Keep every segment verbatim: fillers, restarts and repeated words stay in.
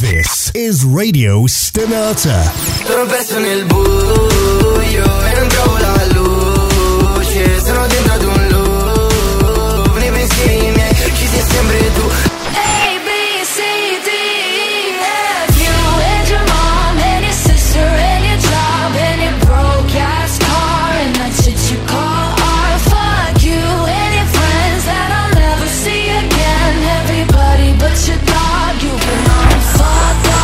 This is Radio Stenata. Sono perso nel buio e non trovo la luce. Sono dentro ad un loop, nei pensieri miei ci sei sempre tu. A, B, C, D, E, F, you and your mom and your sister and your job and your broke ass car and that shit you call art. Fuck you and your friends that I'll never see again. Everybody but your dog, you've been on fuck off.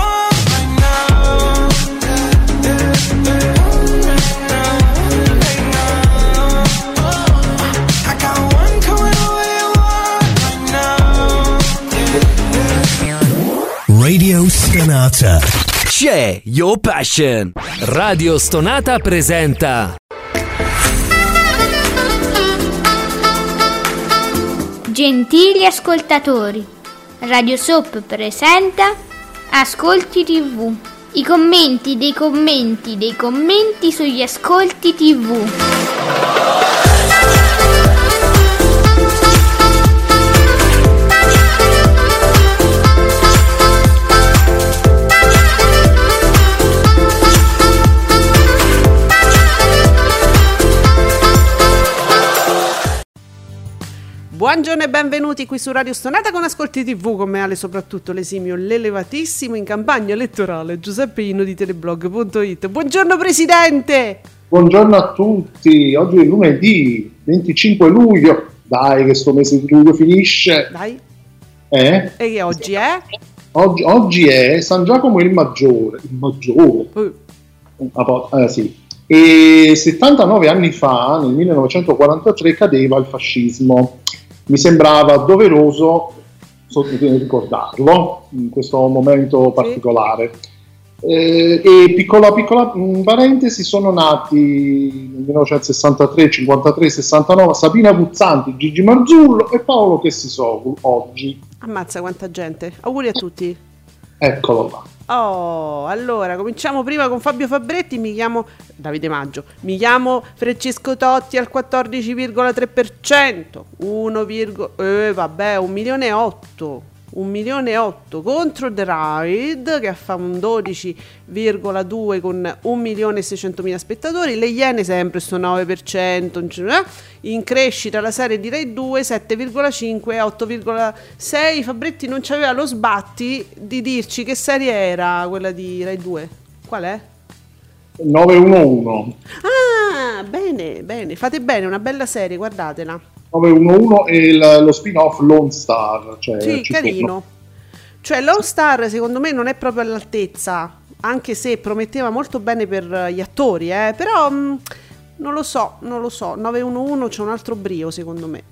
Radio Stenata. C'è Your Passion. Radio Stonata presenta Gentili ascoltatori, Radio Soap presenta Ascolti tivù. I commenti dei commenti dei commenti sugli ascolti tivù. Buongiorno e benvenuti qui su Radio Stonata con Ascolti tivù, con me Ale soprattutto l'esimio, l'elevatissimo in campagna elettorale Giuseppe Ino di teleblog punto it. Buongiorno Presidente! Buongiorno a tutti, oggi è lunedì venticinque luglio, dai che sto mese di luglio finisce. Dai. Eh? E che oggi è? Oggi, oggi è San Giacomo il Maggiore, il Maggiore, Uh. eh, sì. E settantanove anni fa, nel millenovecentoquarantatré, cadeva il fascismo. Mi sembrava doveroso ricordarlo in questo momento particolare. Eh, e piccola piccola mh, parentesi, sono nati nel millenovecentosessantatré, cinquantatré, sessantanove Sabina Guzzanti, Gigi Marzullo e Paolo Chessisoglu oggi. Ammazza quanta gente. Auguri a tutti. Eccolo là. Oh, allora cominciamo prima con Fabio Fabretti. Mi chiamo Davide Maggio. Mi chiamo Francesco Totti al quattordici virgola tre per cento. uno, eh vabbè, un milione e otto. un milione e otto contro The Ride che fa un dodici virgola due con un milione e seicentomila spettatori. Le Iene sempre sto nove per cento. In crescita la serie di Rai due sette virgola cinque e otto virgola sei. Fabretti non c'aveva lo sbatti di dirci che serie era quella di Rai due. Qual è? nove uno uno. Ah, bene, bene, fate bene, una bella serie, guardatela. nove uno uno e il, lo spin-off Lone Star, cioè sì, carino. Sono. Cioè Lone Star secondo me non è proprio all'altezza, anche se prometteva molto bene per gli attori, eh, però mh, non lo so, non lo so. nove uno uno c'è un altro brio secondo me.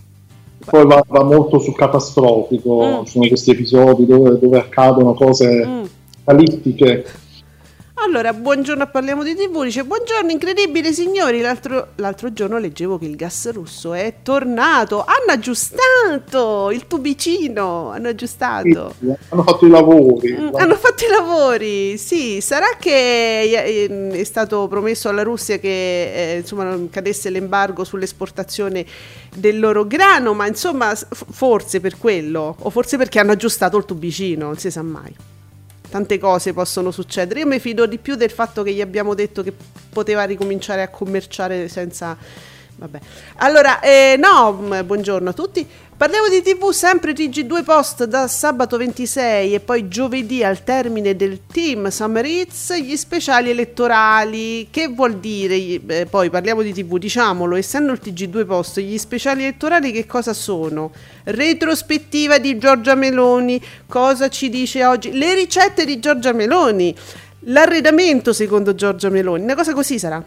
Poi va, va molto sul catastrofico, mm. ci sono questi episodi dove, dove accadono cose mm. apocalittiche. Allora, buongiorno a Parliamo di tivù, dice buongiorno incredibile signori, l'altro, l'altro giorno leggevo che il gas russo è tornato, hanno aggiustato il tubicino, hanno aggiustato. Sì, hanno fatto i lavori. Mm, hanno fatto i lavori, sì, sarà che è stato promesso alla Russia che eh, insomma non cadesse l'embargo sull'esportazione del loro grano, ma insomma forse per quello, o forse perché hanno aggiustato il tubicino, non si sa mai. Tante cose possono succedere. Io mi fido di più del fatto che gli abbiamo detto che poteva ricominciare a commerciare senza... Vabbè. Allora, eh, no, buongiorno a tutti. Parliamo di tivù, sempre T G due Post da sabato ventisei e poi giovedì al termine del Team Summer Hits, gli speciali elettorali. Che vuol dire? Eh, poi parliamo di tivù, diciamolo, essendo il T G due Post, gli speciali elettorali che cosa sono? Retrospettiva di Giorgia Meloni, cosa ci dice oggi? Le ricette di Giorgia Meloni, l'arredamento secondo Giorgia Meloni, una cosa così sarà.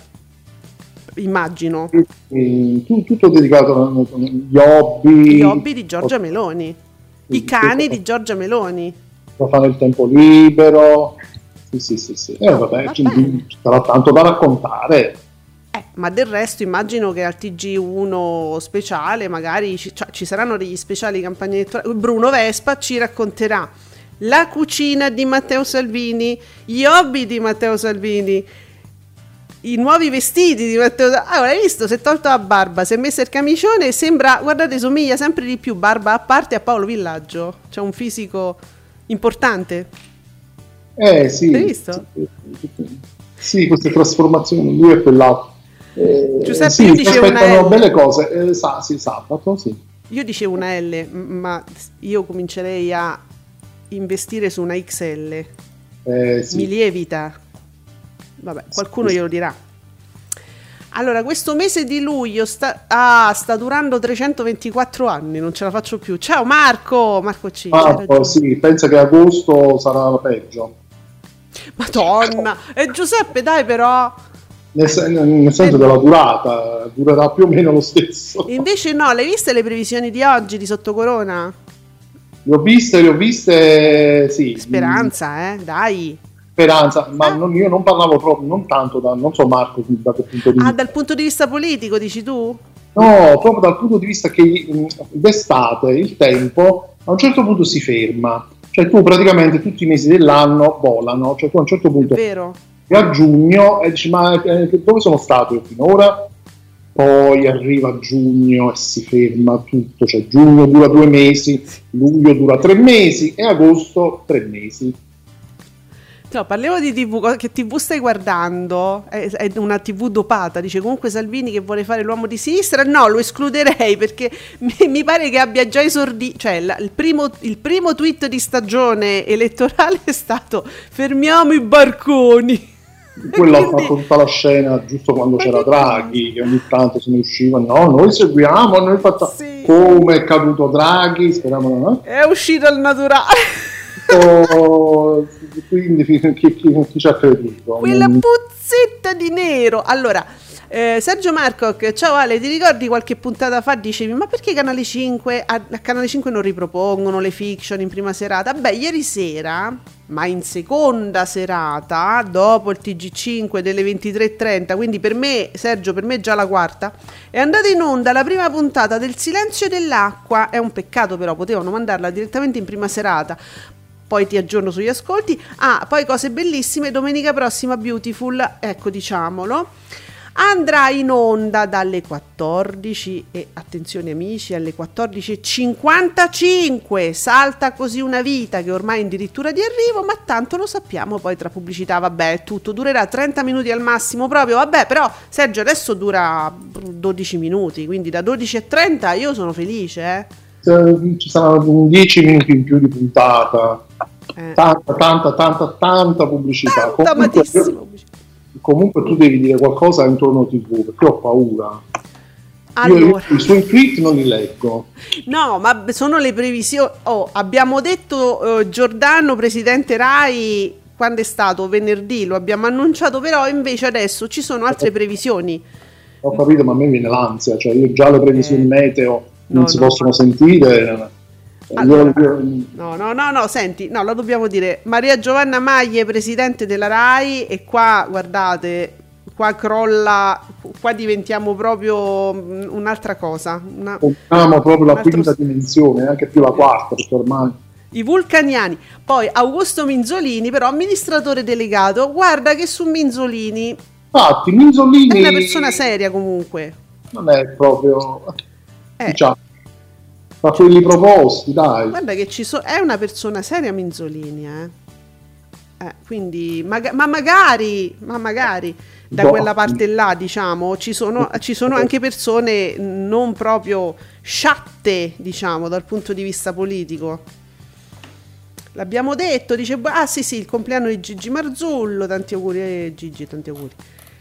Immagino. E, tutto dedicato agli hobby. Gli hobby di Giorgia Meloni. I cani di Giorgia Meloni. Lo fa nel tempo libero. Sì, sì, sì, sì. Eh, vabbè, Va ci, ci sarà tanto da raccontare. Eh, ma del resto immagino che al T G uno speciale magari ci, cioè, ci saranno degli speciali campagne elettorali. Bruno Vespa ci racconterà la cucina di Matteo Salvini, gli hobby di Matteo Salvini, i nuovi vestiti di Matteo. Ah, hai visto? Si è tolto la barba, si è messo il camicione e sembra, guardate, somiglia sempre di più, barba a parte, a Paolo Villaggio. C'è un fisico importante. Eh sì. Hai visto? Sì, queste trasformazioni, lui e quell'altro. Eh, Giuseppe, sì, io si dicevo una aspettano L. belle cose. Eh, sa, sì, sabato, sì. Io dicevo una L, m- ma io comincerei a investire su una X L. Eh, sì. Mi lievita. Vabbè, qualcuno Sì. glielo dirà. Allora, questo mese di luglio sta, ah, sta durando trecentoventiquattro anni, non ce la faccio più. Ciao Marco, Marco C. c'hai Ah, ragione. sì, pensa che agosto sarà peggio. Madonna, e Giuseppe, dai però. Nel, sen- nel senso della durata, durerà più o meno lo stesso. Invece no, le hai viste le previsioni di oggi di Sottocorona? Le ho viste, le ho viste, sì. Speranza, eh, dai. Speranza, ma Eh? non- io non parlavo proprio, non tanto da, non so Marco da che punto di Ah, vista. dal punto di vista politico, dici tu? No, proprio dal punto di vista che mh, d'estate il tempo a un certo punto si ferma, cioè tu praticamente tutti i mesi dell'anno volano, cioè tu a un certo punto Vero? a giugno e dici ma eh, dove sono stato io finora? Poi arriva giugno e si ferma tutto, cioè giugno dura due mesi, luglio dura tre mesi e agosto tre mesi. No, parliamo di tivù, co- che tivù stai guardando? È, è una tivù dopata, dice comunque Salvini che vuole fare l'uomo di sinistra. No, lo escluderei perché mi, mi pare che abbia già esordito, cioè la- il, primo, il primo tweet di stagione elettorale è stato fermiamo i barconi. Quello ha Quindi- fatto tutta la scena giusto quando Ma c'era che Draghi, che ogni tanto se ne usciva, no, noi seguiamo, noi facciamo Sì. come è caduto Draghi, speriamo no? È uscito al naturale. Oh, quindi chi, chi, chi, chi ci ha creduto? Quella Non- puzzetta di nero. Allora, eh, Sergio Marcoc, ciao Ale, ti ricordi qualche puntata fa dicevi ma perché Canale cinque a, a Canale cinque non ripropongono le fiction in prima serata? Beh, ieri sera, ma in seconda serata, dopo il T G cinque delle ventitré e trenta, quindi per me, Sergio, per me già la quarta, è andata in onda la prima puntata del Silenzio dell'acqua. È un peccato però, potevano mandarla direttamente in prima serata. Poi ti aggiorno sugli ascolti. Ah, poi cose bellissime, domenica prossima Beautiful, ecco diciamolo, andrà in onda dalle quattordici e attenzione amici, alle quattordici e cinquantacinque. Salta così una vita che ormai è addirittura di arrivo, ma tanto lo sappiamo poi tra pubblicità, vabbè, è tutto, durerà trenta minuti al massimo proprio, vabbè, però Sergio adesso dura dodici minuti, quindi da dodici e trenta io sono felice, eh. eh, ci saranno dieci minuti in più di puntata, Eh. tanta, tanta, tanta, tanta pubblicità. Tanta Comunque, amatissima pubblicità. comunque tu devi dire qualcosa intorno tivù, perché ho paura. Allora. Io i suoi tweet non li leggo. No, ma sono le previsioni. Oh, abbiamo detto eh, Giordano, presidente Rai, quando è stato? Venerdì, lo abbiamo annunciato, però invece adesso ci sono altre previsioni. Ho capito, ma a me viene l'ansia, cioè io già le previsioni Eh. meteo non No, si no. possono sentire. Allora, Io- io- no, no, no, no, senti, no, lo dobbiamo dire. Maria Giovanna Maglie, presidente della Rai, e qua, guardate, qua crolla, qua diventiamo proprio mm, un'altra cosa. Una- Toccamo proprio un la altro- quinta dimensione, anche più la quarta, perché ormai I vulcaniani. Poi Augusto Minzolini, però amministratore delegato, guarda che su Minzolini infatti Minzolini è una persona seria comunque. non è proprio Eh. diciamo tra quelli proposti, dai. Guarda che ci so- è una persona seria Minzolini, eh. Eh, quindi, maga- ma magari, ma magari da No. quella parte là, diciamo, ci sono, ci sono anche persone non proprio sciatte, diciamo, dal punto di vista politico. L'abbiamo detto, dice, ah sì sì, il compleanno di Gigi Marzullo, tanti auguri, eh, Gigi, tanti auguri.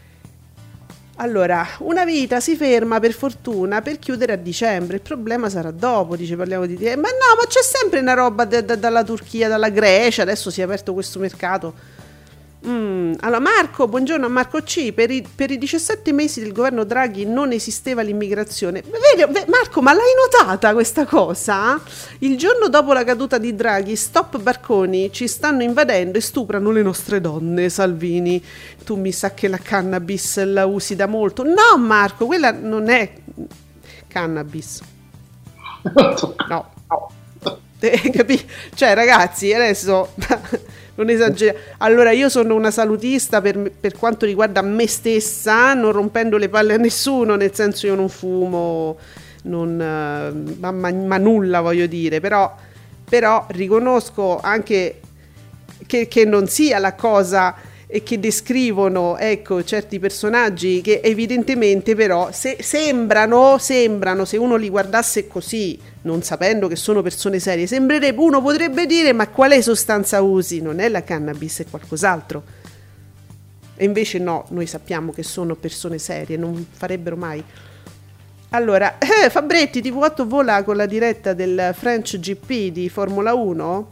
Allora, una vita si ferma per fortuna per chiudere a dicembre, il problema sarà dopo, dice, parliamo di te. Ma no, ma c'è sempre una roba da- da- dalla Turchia, dalla Grecia, adesso si è aperto questo mercato. Mm, Allora Marco, buongiorno a Marco C. Per i, per i diciassette mesi del governo Draghi non esisteva l'immigrazione. Vedi, ve- Marco, ma l'hai notata questa cosa? Il giorno dopo la caduta di Draghi, stop barconi, ci stanno invadendo e stuprano le nostre donne, Salvini. Tu mi sa che la cannabis la usi da molto. No Marco, quella non è cannabis. No. Eh, capi- Cioè ragazzi, adesso non esageriamo. Allora io sono una salutista per, per quanto riguarda me stessa, non rompendo le palle a nessuno, nel senso io non fumo, non, eh, ma, ma- ma nulla voglio dire, però però riconosco anche che, che non sia la cosa e che descrivono, ecco, certi personaggi che evidentemente però se, sembrano, sembrano, se uno li guardasse così, non sapendo che sono persone serie, sembrerebbe, uno potrebbe dire, ma quale sostanza usi? Non è la cannabis, è qualcos'altro. E invece no, noi sappiamo che sono persone serie, non farebbero mai. Allora, eh, Fabretti, T V otto vola con la diretta del French G P di Formula uno,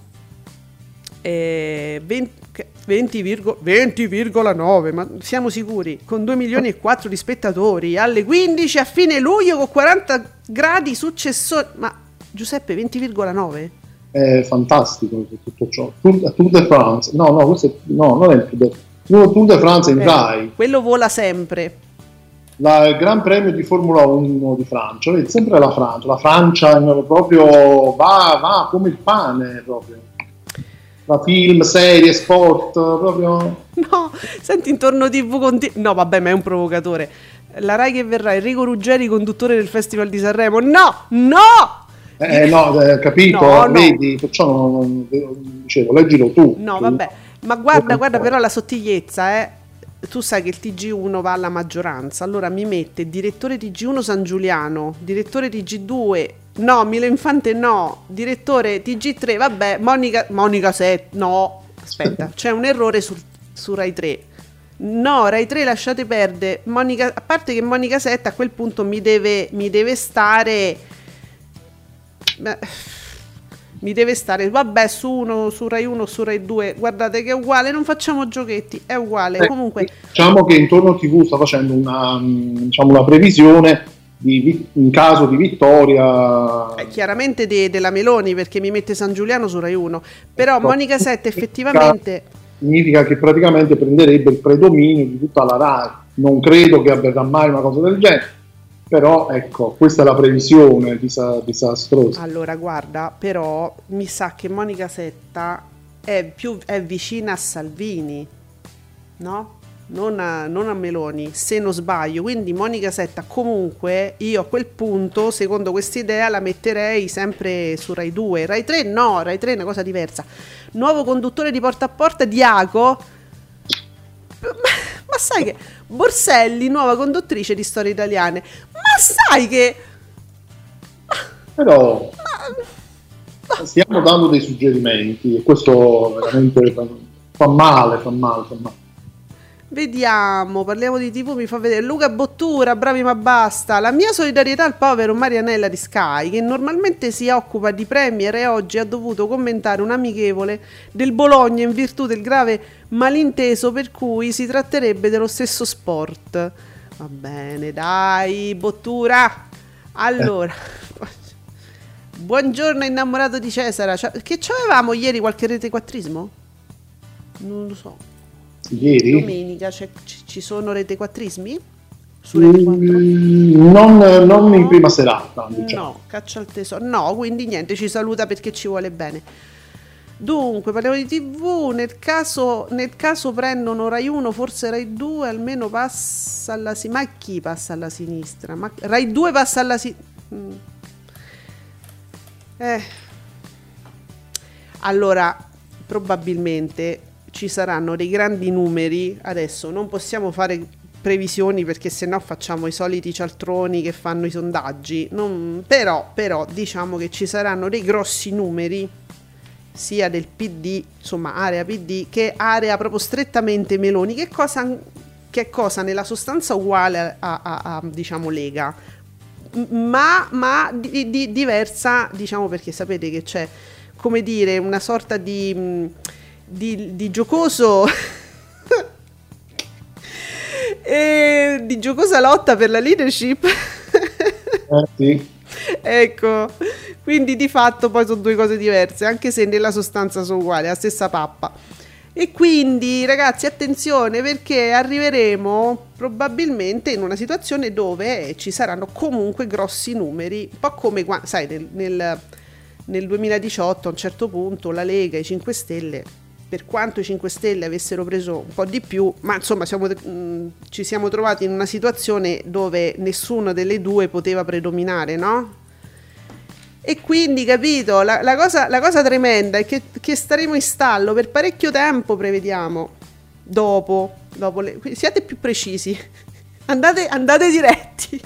eh, venti virgola nove, ma siamo sicuri, con due milioni e quattro di spettatori, alle quindici a fine luglio con quaranta gradi successori. Ma Giuseppe, venti virgola nove? È fantastico tutto ciò. Tour, Tour de France, no, no, questo è, no, non è il Tour de, no, Tour de France in eh, Rai. Quello vola sempre. La, il Gran Premio di Formula uno di Francia, vedi, sempre la Francia, la Francia proprio va, va come il pane proprio. La film, serie, sport, proprio. No, senti intorno T V con T- no vabbè, ma è un provocatore. La Rai che verrà, Enrico Ruggeri, conduttore del Festival di Sanremo. No, no! Eh no, eh, capito, no, vedi, no. Perciò non, non, dicevo, leggilo tu. No, vabbè, ma guarda, guarda però la sottigliezza, eh. Tu sai che il T G uno va alla maggioranza, allora mi mette direttore T G uno San Giuliano, direttore T G due, no, Milo Infante no, direttore T G tre, vabbè, Monica, Monica sette, no, aspetta, c'è un errore su, su Rai tre. No, Rai tre lasciate perdere, Monica, a parte che Monica sette a quel punto mi deve, mi deve stare... Beh, mi deve stare, vabbè, su uno, su Rai uno, su Rai due, guardate che è uguale, non facciamo giochetti, è uguale. Eh, comunque diciamo che Intorno T V sta facendo una, diciamo, una previsione di, in caso di vittoria, eh, chiaramente de, della Meloni, perché mi mette San Giuliano su Rai uno, però no, Monica sette effettivamente significa che praticamente prenderebbe il predominio di tutta la Rai. Non credo che avverrà mai una cosa del genere, però ecco, questa è la previsione disa- disastrosa. Allora guarda, però mi sa che Monica Setta è più è vicina a Salvini, no? Non a, non a Meloni, se non sbaglio. Quindi Monica Setta comunque io a quel punto, secondo questa idea, la metterei sempre su Rai due. Rai tre no, Rai tre è una cosa diversa. Nuovo conduttore di Porta a Porta, Diaco. Ma, ma sai che Borselli, nuova conduttrice di Storie Italiane. Ma sai che però ma, stiamo dando dei suggerimenti e questo veramente fa male, fa male, fa male. Vediamo, parliamo di T V, mi fa vedere Luca Bottura, bravi ma basta. La mia solidarietà al povero Marianella di Sky, che normalmente si occupa di Premier e oggi ha dovuto commentare un amichevole del Bologna in virtù del grave malinteso per cui si tratterebbe dello stesso sport. Va bene, dai, Bottura. Allora, buongiorno innamorato di Cesara. Che c'avevamo ieri qualche retequattrismo? Non lo so. Ieri? Domenica c- ci sono retequattrismi? Su Rete quattro? Mm, non, non in prima serata, diciamo. No, caccia al tesoro. No, quindi niente, ci saluta perché ci vuole bene. Dunque, parliamo di T V. Nel caso, nel caso prendono Rai uno, forse Rai due, almeno passa alla sinistra. Ma chi passa alla sinistra? Ma Rai due passa alla sinistra. Mm. Eh. Allora, probabilmente ci saranno dei grandi numeri. Adesso non possiamo fare previsioni perché sennò facciamo i soliti cialtroni che fanno i sondaggi. Non, però, però diciamo che ci saranno dei grossi numeri sia del P D, insomma area P D, che area proprio strettamente Meloni, che cosa, che cosa nella sostanza uguale a, a, a diciamo Lega, ma, ma di, di, diversa, diciamo, perché sapete che c'è, come dire, una sorta di, di, di giocoso e di giocosa lotta per la leadership. Eh, sì. Ecco, quindi di fatto poi sono due cose diverse, anche se nella sostanza sono uguali, la stessa pappa. E quindi ragazzi, attenzione, perché arriveremo probabilmente in una situazione dove ci saranno comunque grossi numeri, un po' come, sai, nel, nel, nel duemiladiciotto a un certo punto la Lega e i cinque Stelle, per quanto i cinque Stelle avessero preso un po' di più, ma insomma siamo, mh, ci siamo trovati in una situazione dove nessuna delle due poteva predominare, no? E quindi, capito, la, la, cosa, la cosa tremenda è che, che staremo in stallo per parecchio tempo, prevediamo, dopo, dopo le, siate più precisi, andate, andate diretti.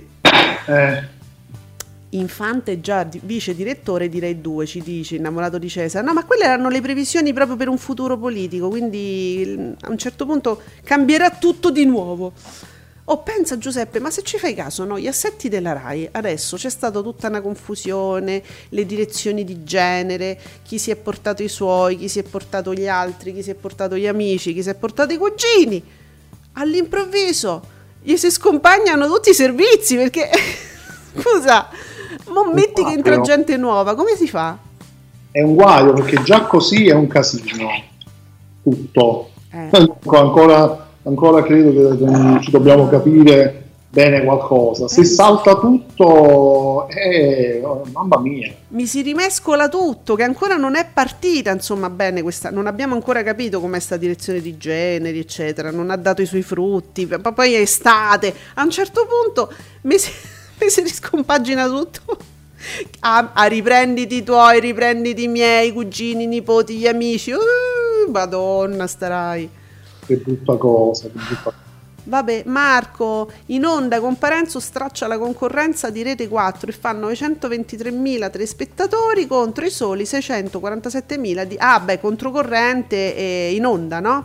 Eh. Infante già di- vice direttore di Rai due, ci dice, innamorato di Cesare. No, ma quelle erano le previsioni proprio per un futuro politico, quindi il- a un certo punto cambierà tutto di nuovo. Oh, pensa Giuseppe, ma se ci fai caso, no? Gli assetti della Rai, adesso c'è stata tutta una confusione, le direzioni di genere, chi si è portato i suoi, chi si è portato gli altri, chi si è portato gli amici, chi si è portato i cugini. All'improvviso gli si scompagnano tutti i servizi, perché scusa, mo metti che entra gente nuova, come si fa? È un guaio, perché già così è un casino tutto. Eh. Ancora, ancora credo che ci dobbiamo capire bene qualcosa. Se salta tutto, eh, oh, mamma mia. Mi si rimescola tutto, che ancora non è partita, insomma, bene, questa, non abbiamo ancora capito com'è sta direzione di generi, eccetera, non ha dato i suoi frutti, p- poi è estate, a un certo punto mi si, mi si riscompagina tutto. Ah, ah, riprenditi i tuoi, riprenditi i miei, i cugini, i nipoti, gli amici, uh, madonna starai. Che brutta cosa, che brutta cosa. Vabbè, Marco, in onda con Parenzo straccia la concorrenza di Rete quattro e fa novecentoventitremila telespettatori contro i soli seicentoquarantasettemila di... Ah, beh, controcorrente e in onda, no?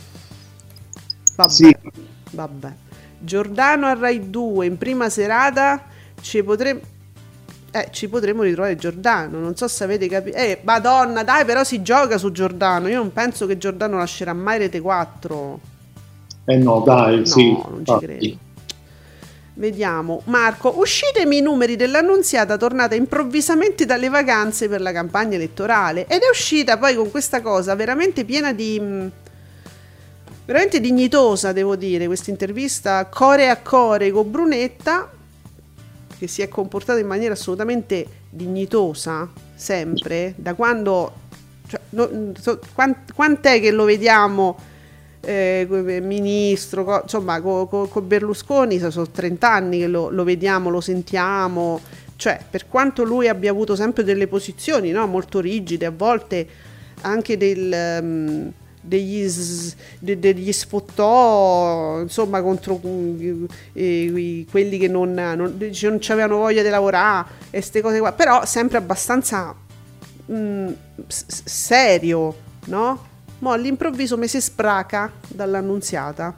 Vabbè, Sì. vabbè. Giordano a Rai due in prima serata ci potremmo... Eh, ci potremmo ritrovare Giordano, non so se avete capito. Eh, madonna, dai, però si gioca su Giordano. Io non penso che Giordano lascerà mai Rete quattro. Eh no, dai, No, sì. non ci Ah, credo. Vediamo, Marco, uscitemi i numeri dell'Annunziata tornata improvvisamente dalle vacanze per la campagna elettorale, ed è uscita poi con questa cosa veramente piena di mh, veramente dignitosa, devo dire, questa intervista core a core con Brunetta, che si è comportata in maniera assolutamente dignitosa sempre, da quando, cioè, no, so, quant- quant'è che lo vediamo eh, ministro, co- insomma con co, co Berlusconi sono trenta anni che lo, lo vediamo, lo sentiamo, cioè per quanto lui abbia avuto sempre delle posizioni, no, molto rigide, a volte anche del... Um, degli, s- de- degli sfottò, insomma, contro uh, eh, quelli che non, non, non avevano voglia di lavorare e queste cose qua, però sempre abbastanza mh, s- serio, no? Mo' all'improvviso mi si spraca dall'Annunziata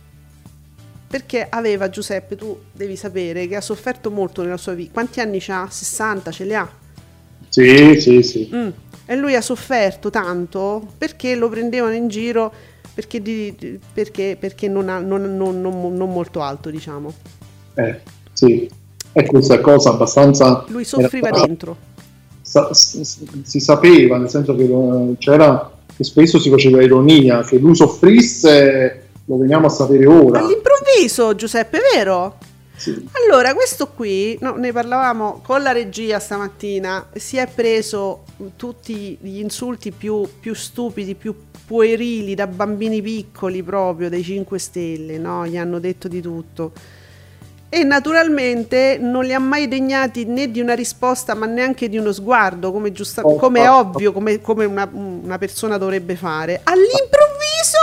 perché aveva, Giuseppe, tu devi sapere che ha sofferto molto nella sua vita. Quanti anni c'ha? sessanta ce li ha? Sì, sì, sì. Mm. E lui ha sofferto tanto perché lo prendevano in giro perché, di, di- perché, perché non, ha- non- non- non- non molto alto, diciamo. Eh, sì. E questa cosa abbastanza... Lui soffriva era- dentro. sa- s- si sapeva, nel senso che eh, c'era, che spesso si faceva ironia, che lui soffrisse, lo veniamo a sapere ora. All'improvviso, Giuseppe, vero? Sì. Allora, questo qui, no, ne parlavamo con la regia stamattina, si è preso tutti gli insulti più, più stupidi, più puerili, da bambini piccoli proprio, dei cinque Stelle, no? Gli hanno detto di tutto. E naturalmente non li ha mai degnati né di una risposta, ma neanche di uno sguardo, come, giusta, Oh, come è oh, ovvio, come, come una, una persona dovrebbe fare. All'improvviso...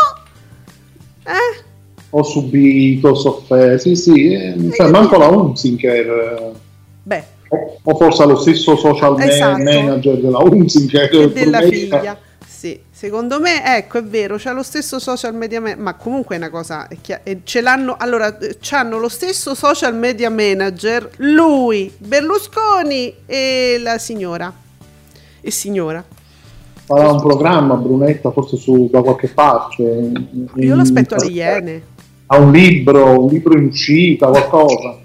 Eh? Ho subito, ho sofferto, sì, sì, eh, cioè, manco la Unziker, eh, Beh, o, o forse lo stesso social ma- Esatto. manager della Unziker, e della Brunetta. figlia, sì, secondo me, ecco, è vero, c'ha lo stesso social media ma- ma comunque è una cosa è chia- e ce l'hanno, allora eh, c'hanno lo stesso social media manager lui, Berlusconi e la signora e signora. Farà un programma Brunetta forse su, da qualche parte. Io in- l'aspetto alle Iene. Ha un libro, un libro in uscita, qualcosa.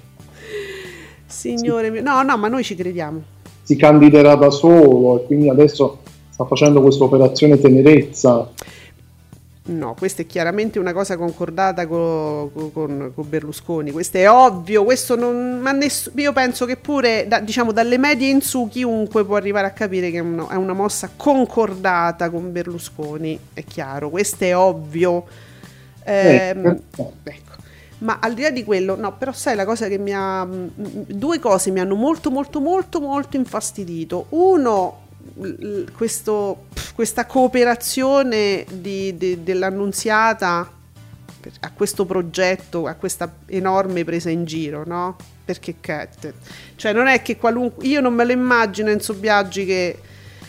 Signore mio, no, no, ma noi ci crediamo. Si candiderà da solo e quindi adesso sta facendo questa operazione tenerezza. No, questa è chiaramente una cosa concordata co- co- con, con Berlusconi, questo è ovvio, questo non, ma ness- io penso che pure da- diciamo dalle medie in su chiunque può arrivare a capire che è, uno- è una mossa concordata con Berlusconi, è chiaro, questo è ovvio. Ehm, Eh, eh. ecco. Ma al di là di quello, no, però sai la cosa che mi ha... Due cose mi hanno molto molto molto molto infastidito. Uno, l- questo, questa cooperazione di, di, dell'Annunziata a questo progetto, a questa enorme presa in giro, no? Perché cioè non è che qualunque... Io non me lo immagino Enzo Biagi che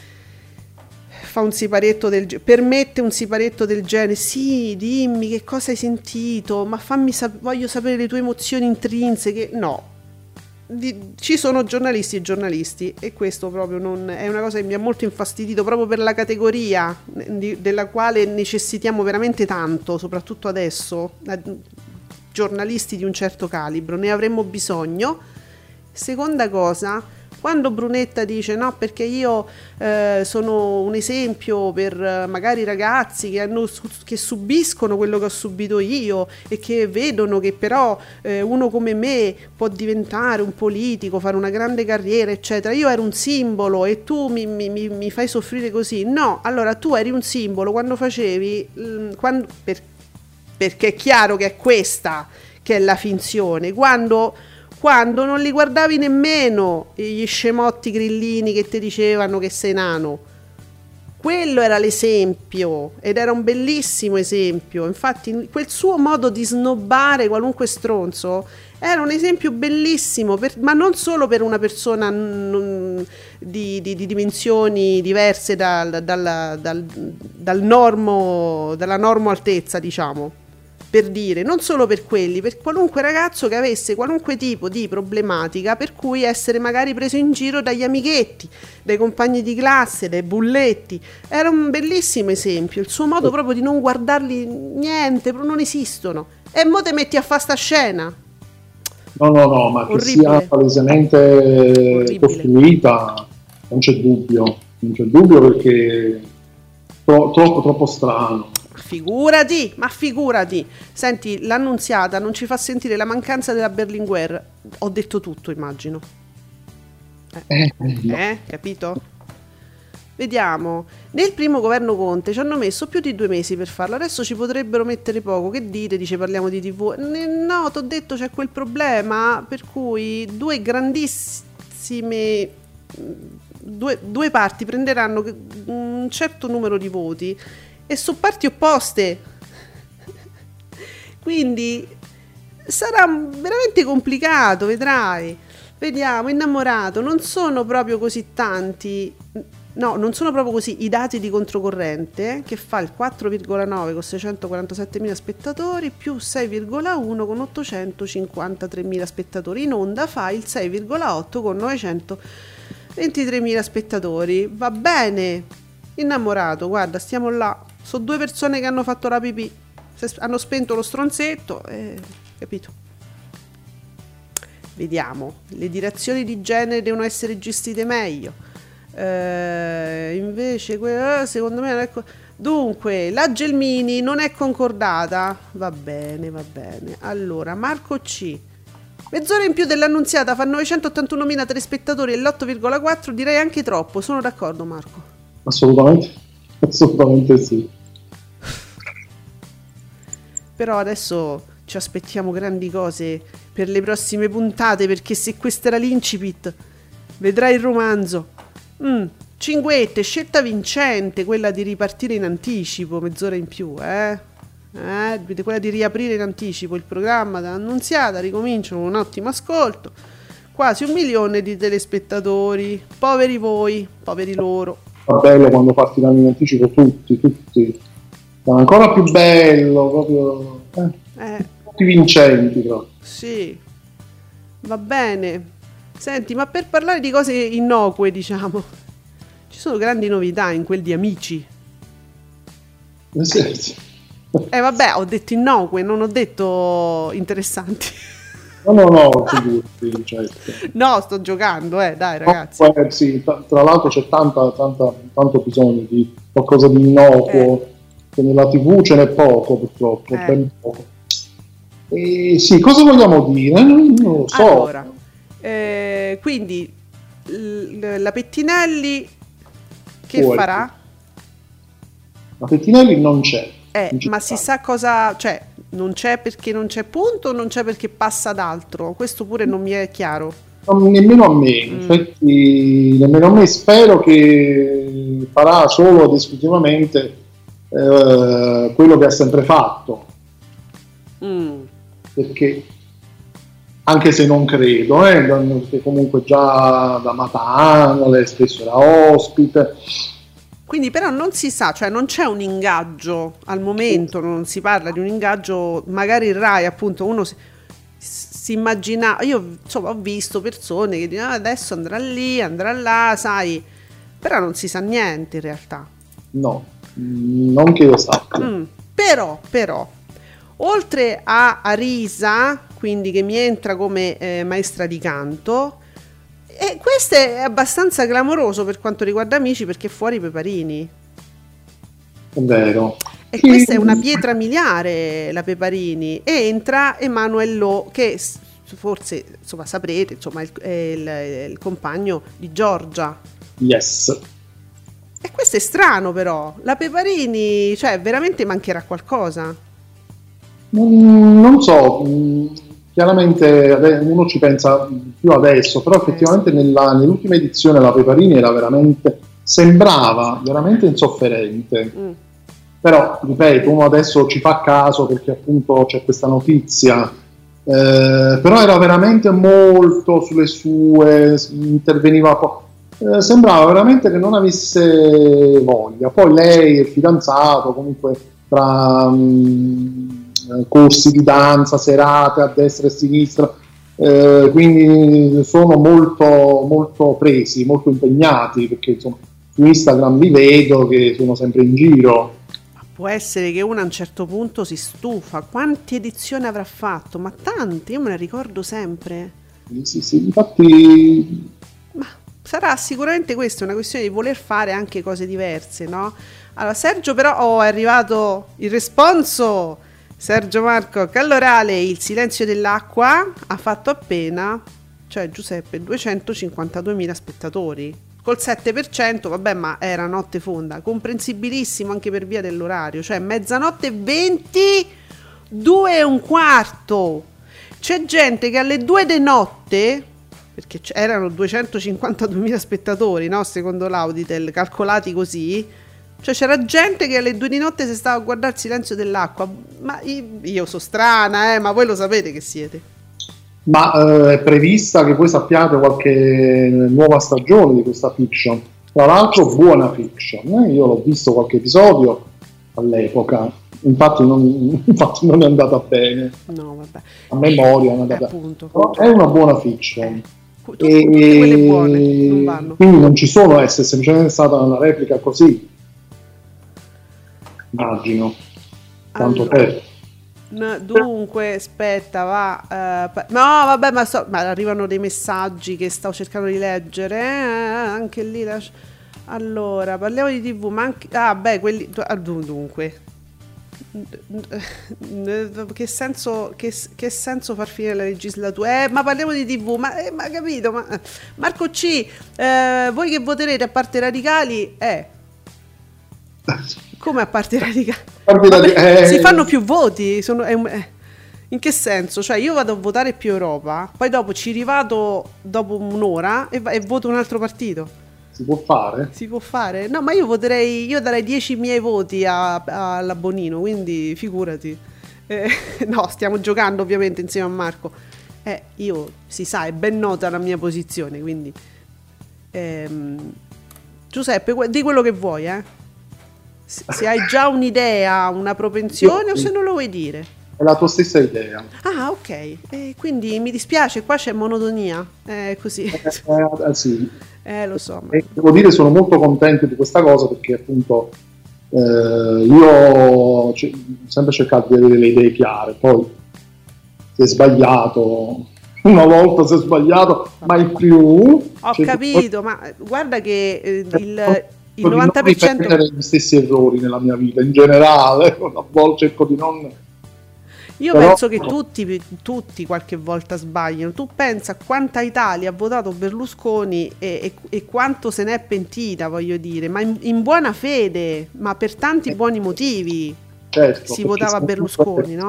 fa un siparetto del genere, permette un siparetto del genere. Sì, dimmi che cosa hai sentito, ma fammi sap- voglio sapere le tue emozioni intrinseche. No, di- ci sono giornalisti e giornalisti, e questo proprio non è una cosa che mi ha molto infastidito, proprio per la categoria di, della quale necessitiamo veramente tanto, soprattutto adesso, eh, giornalisti di un certo calibro, ne avremmo bisogno. Seconda cosa, quando Brunetta dice no perché io eh, sono un esempio per eh, magari ragazzi che, hanno, che subiscono quello che ho subito io e che vedono che però eh, uno come me può diventare un politico, fare una grande carriera eccetera, io ero un simbolo e tu mi, mi, mi, mi fai soffrire così. No, allora tu eri un simbolo quando facevi mh, quando, per, perché è chiaro che è questa che è la finzione, quando quando non li guardavi nemmeno gli scemotti grillini che ti dicevano che sei nano. Quello era l'esempio, ed era un bellissimo esempio. Infatti quel suo modo di snobbare qualunque stronzo era un esempio bellissimo, per, ma non solo per una persona non, di, di, di dimensioni diverse dal, dal, dal, dal normo, dalla normo altezza, diciamo. Per dire, non solo per quelli, per qualunque ragazzo che avesse qualunque tipo di problematica per cui essere magari preso in giro dagli amichetti, dai compagni di classe, dai bulletti. Era un bellissimo esempio, il suo modo proprio di non guardarli niente, non esistono. E mo te metti a fare sta scena. No, no, no, ma orribile. Che sia palesemente orribile. Costruita, non c'è dubbio, non c'è dubbio perché tro- troppo, troppo strano. Figurati, ma figurati. Senti, l'Annunziata non ci fa sentire la mancanza della Berlinguer. Ho detto tutto, immagino. Eh, no. eh capito? Vediamo. Nel primo governo Conte ci hanno messo più di due mesi per farlo. Adesso ci potrebbero mettere poco. Che dite? Dice parliamo di tivù. No, t'ho detto c'è quel problema per cui due grandissime due, due parti prenderanno un certo numero di voti e su parti opposte, quindi sarà veramente complicato, vedrai. Vediamo, Innamorato, non sono proprio così tanti, no, non sono proprio così i dati di Controcorrente, che fa il quattro virgola nove con seicentoquarantasettemila spettatori più sei virgola uno con ottocentocinquantatremila spettatori. In Onda fa il sei virgola otto con novecentoventitremila spettatori. Va bene. Innamorato, guarda, stiamo là. Sono due persone che hanno fatto la pipì, hanno spento lo stronzetto, eh, capito? Vediamo, le direzioni di genere devono essere gestite meglio. Eh, invece, que- secondo me non è co- dunque, la Gelmini non è concordata. Va bene, va bene. Allora, Marco C. Mezz'ora in più dell'Annunziata fa novecentottantunomila telespettatori e l'otto virgola quattro, direi anche troppo. Sono d'accordo, Marco. Assolutamente, assolutamente sì. Però adesso ci aspettiamo grandi cose per le prossime puntate, perché se questa era l'incipit, vedrai il romanzo. Mm, Cinguette, scelta vincente, quella di ripartire in anticipo, mezz'ora in più, eh? eh? Quella di riaprire in anticipo il programma dell'Annunziata, ricominciano un ottimo ascolto. Quasi un milione di telespettatori, poveri voi, poveri loro. Fa bello quando partiranno in anticipo tutti, tutti. È ancora più bello, proprio eh, Eh, tutti vincenti proprio. sì, va bene. Senti, ma per parlare di cose innocue, diciamo, ci sono grandi novità in quel di Amici. Eh, sì, sì. Eh vabbè, ho detto innocue, non ho detto interessanti. No, no, no, figurati, certo. No, sto giocando, eh, dai ragazzi. No, eh, sì, tra, tra l'altro c'è tanta, tanta, tanto bisogno di qualcosa di innocuo, Eh. che nella tivù ce n'è poco purtroppo, Eh. ben poco. E sì, cosa vogliamo dire? Non, non lo so. Allora, eh, quindi l- la Pettinelli che Fuori. farà? La Pettinelli non c'è. Eh, non ci ma sta. si sa cosa, cioè non c'è perché non c'è punto o non c'è perché passa ad altro? Questo pure non mi è chiaro. Non, nemmeno a me, mm. infatti nemmeno a me, spero che farà solo ed esclusivamente eh, quello che ha sempre fatto. Mm. Perché anche se non credo, eh, perché comunque già da Matano lei spesso era ospite. Quindi però non si sa, cioè non c'è un ingaggio al momento, non si parla di un ingaggio, magari il Rai appunto uno si, si immagina, io insomma ho visto persone che dicono adesso andrà lì, andrà là, sai, però non si sa niente in realtà. No, non che io sappia. Mm, però, però, oltre a Arisa, quindi che mi entra come eh, maestra di canto, e questo è abbastanza clamoroso per quanto riguarda Amici, perché è fuori Peparini. È vero. E questa è una pietra miliare, la Peparini. E entra Emanuele Lo, che forse insomma saprete, insomma è il, il, il compagno di Giorgia. Yes. E questo è strano però. La Peparini, cioè veramente mancherà qualcosa? Mm, non so. Mm. Chiaramente uno ci pensa più adesso, però effettivamente nella, nell'ultima edizione la Peparini era veramente, sembrava veramente insofferente. Mm. Però, ripeto, uno adesso ci fa caso perché appunto c'è questa notizia, eh, però era veramente molto sulle sue, interveniva po'. Eh, sembrava veramente che non avesse voglia. Poi lei è fidanzato, comunque tra... Um, corsi di danza, serate a destra e a sinistra, eh, quindi sono molto molto presi, molto impegnati, perché insomma su Instagram li vedo che sono sempre in giro. Può essere che uno a un certo punto si stufa. Quante edizioni avrà fatto? Ma tante, io me ne ricordo sempre. Sì, sì, infatti. Ma sarà sicuramente questa una questione di voler fare anche cose diverse, no? Allora Sergio però, oh, è arrivato il responso. Sergio Marco Callorale, il silenzio dell'acqua ha fatto appena, cioè Giuseppe, duecentocinquantaduemila spettatori, col sette per cento, vabbè, ma era notte fonda, comprensibilissimo anche per via dell'orario, cioè mezzanotte e venti, due e un quarto, c'è gente che alle due di notte, perché erano duecentocinquantaduemila spettatori, no, secondo l'Auditel, calcolati così, cioè c'era gente che alle due di notte si stava a guardare il silenzio dell'acqua. Ma io, io sono strana, eh, ma voi lo sapete che siete. Ma eh, è prevista che voi sappiate qualche nuova stagione di questa fiction. Tra l'altro buona fiction, eh? Io l'ho visto qualche episodio all'epoca, infatti non, infatti non è andata bene. No, vabbè. A memoria non è andata. Appunto. Però è una buona fiction. Eh. Tutte, e, tutte quelle buone non vanno. Quindi non ci sono, è semplicemente stata una replica così. Immagino tanto allora, per n- dunque aspetta va uh, no vabbè ma, so, ma arrivano dei messaggi che stavo cercando di leggere, eh, anche lì la... allora parliamo di tv, ma anche ah beh quelli ah, dunque che senso che, che senso far finire la legislatura, eh, ma parliamo di tv, ma, eh, ma capito, ma Marco C, eh, voi che voterete a parte radicali, eh come a parte radicale? Vabbè, eh, si fanno più voti, sono, è, eh, in che senso? Cioè io vado a votare più Europa, poi dopo ci rivado dopo un'ora e, e voto un altro partito. Si può fare? Si può fare? No, ma io voterei, io darei dieci miei voti a, a, alla Bonino, quindi figurati. Eh, no, stiamo giocando ovviamente insieme a Marco. Eh, io, si sa, è ben nota la mia posizione, quindi... Ehm, Giuseppe, di quello che vuoi, eh? Se hai già un'idea, una propensione, io, o se non lo vuoi dire? È la tua stessa idea. Ah, ok. Eh, quindi mi dispiace, qua c'è monotonia. È eh, così. Eh, eh, sì. Eh, lo so. Ma... E devo dire, sono molto contento di questa cosa perché appunto eh, io ho c- sempre cercato di avere le idee chiare. Poi se è sbagliato, una volta si è sbagliato, mai più. Ho cioè, capito, poi... ma guarda che eh, il... il novanta per cento non ripetere gli stessi errori nella mia vita in generale, a volte cerco di non. Io Però... penso che tutti, tutti qualche volta sbagliano. Tu pensa quanta Italia ha votato Berlusconi e, e, e quanto se n'è pentita, voglio dire, ma in, in buona fede, ma per tanti buoni motivi. Certo, si votava Berlusconi, no?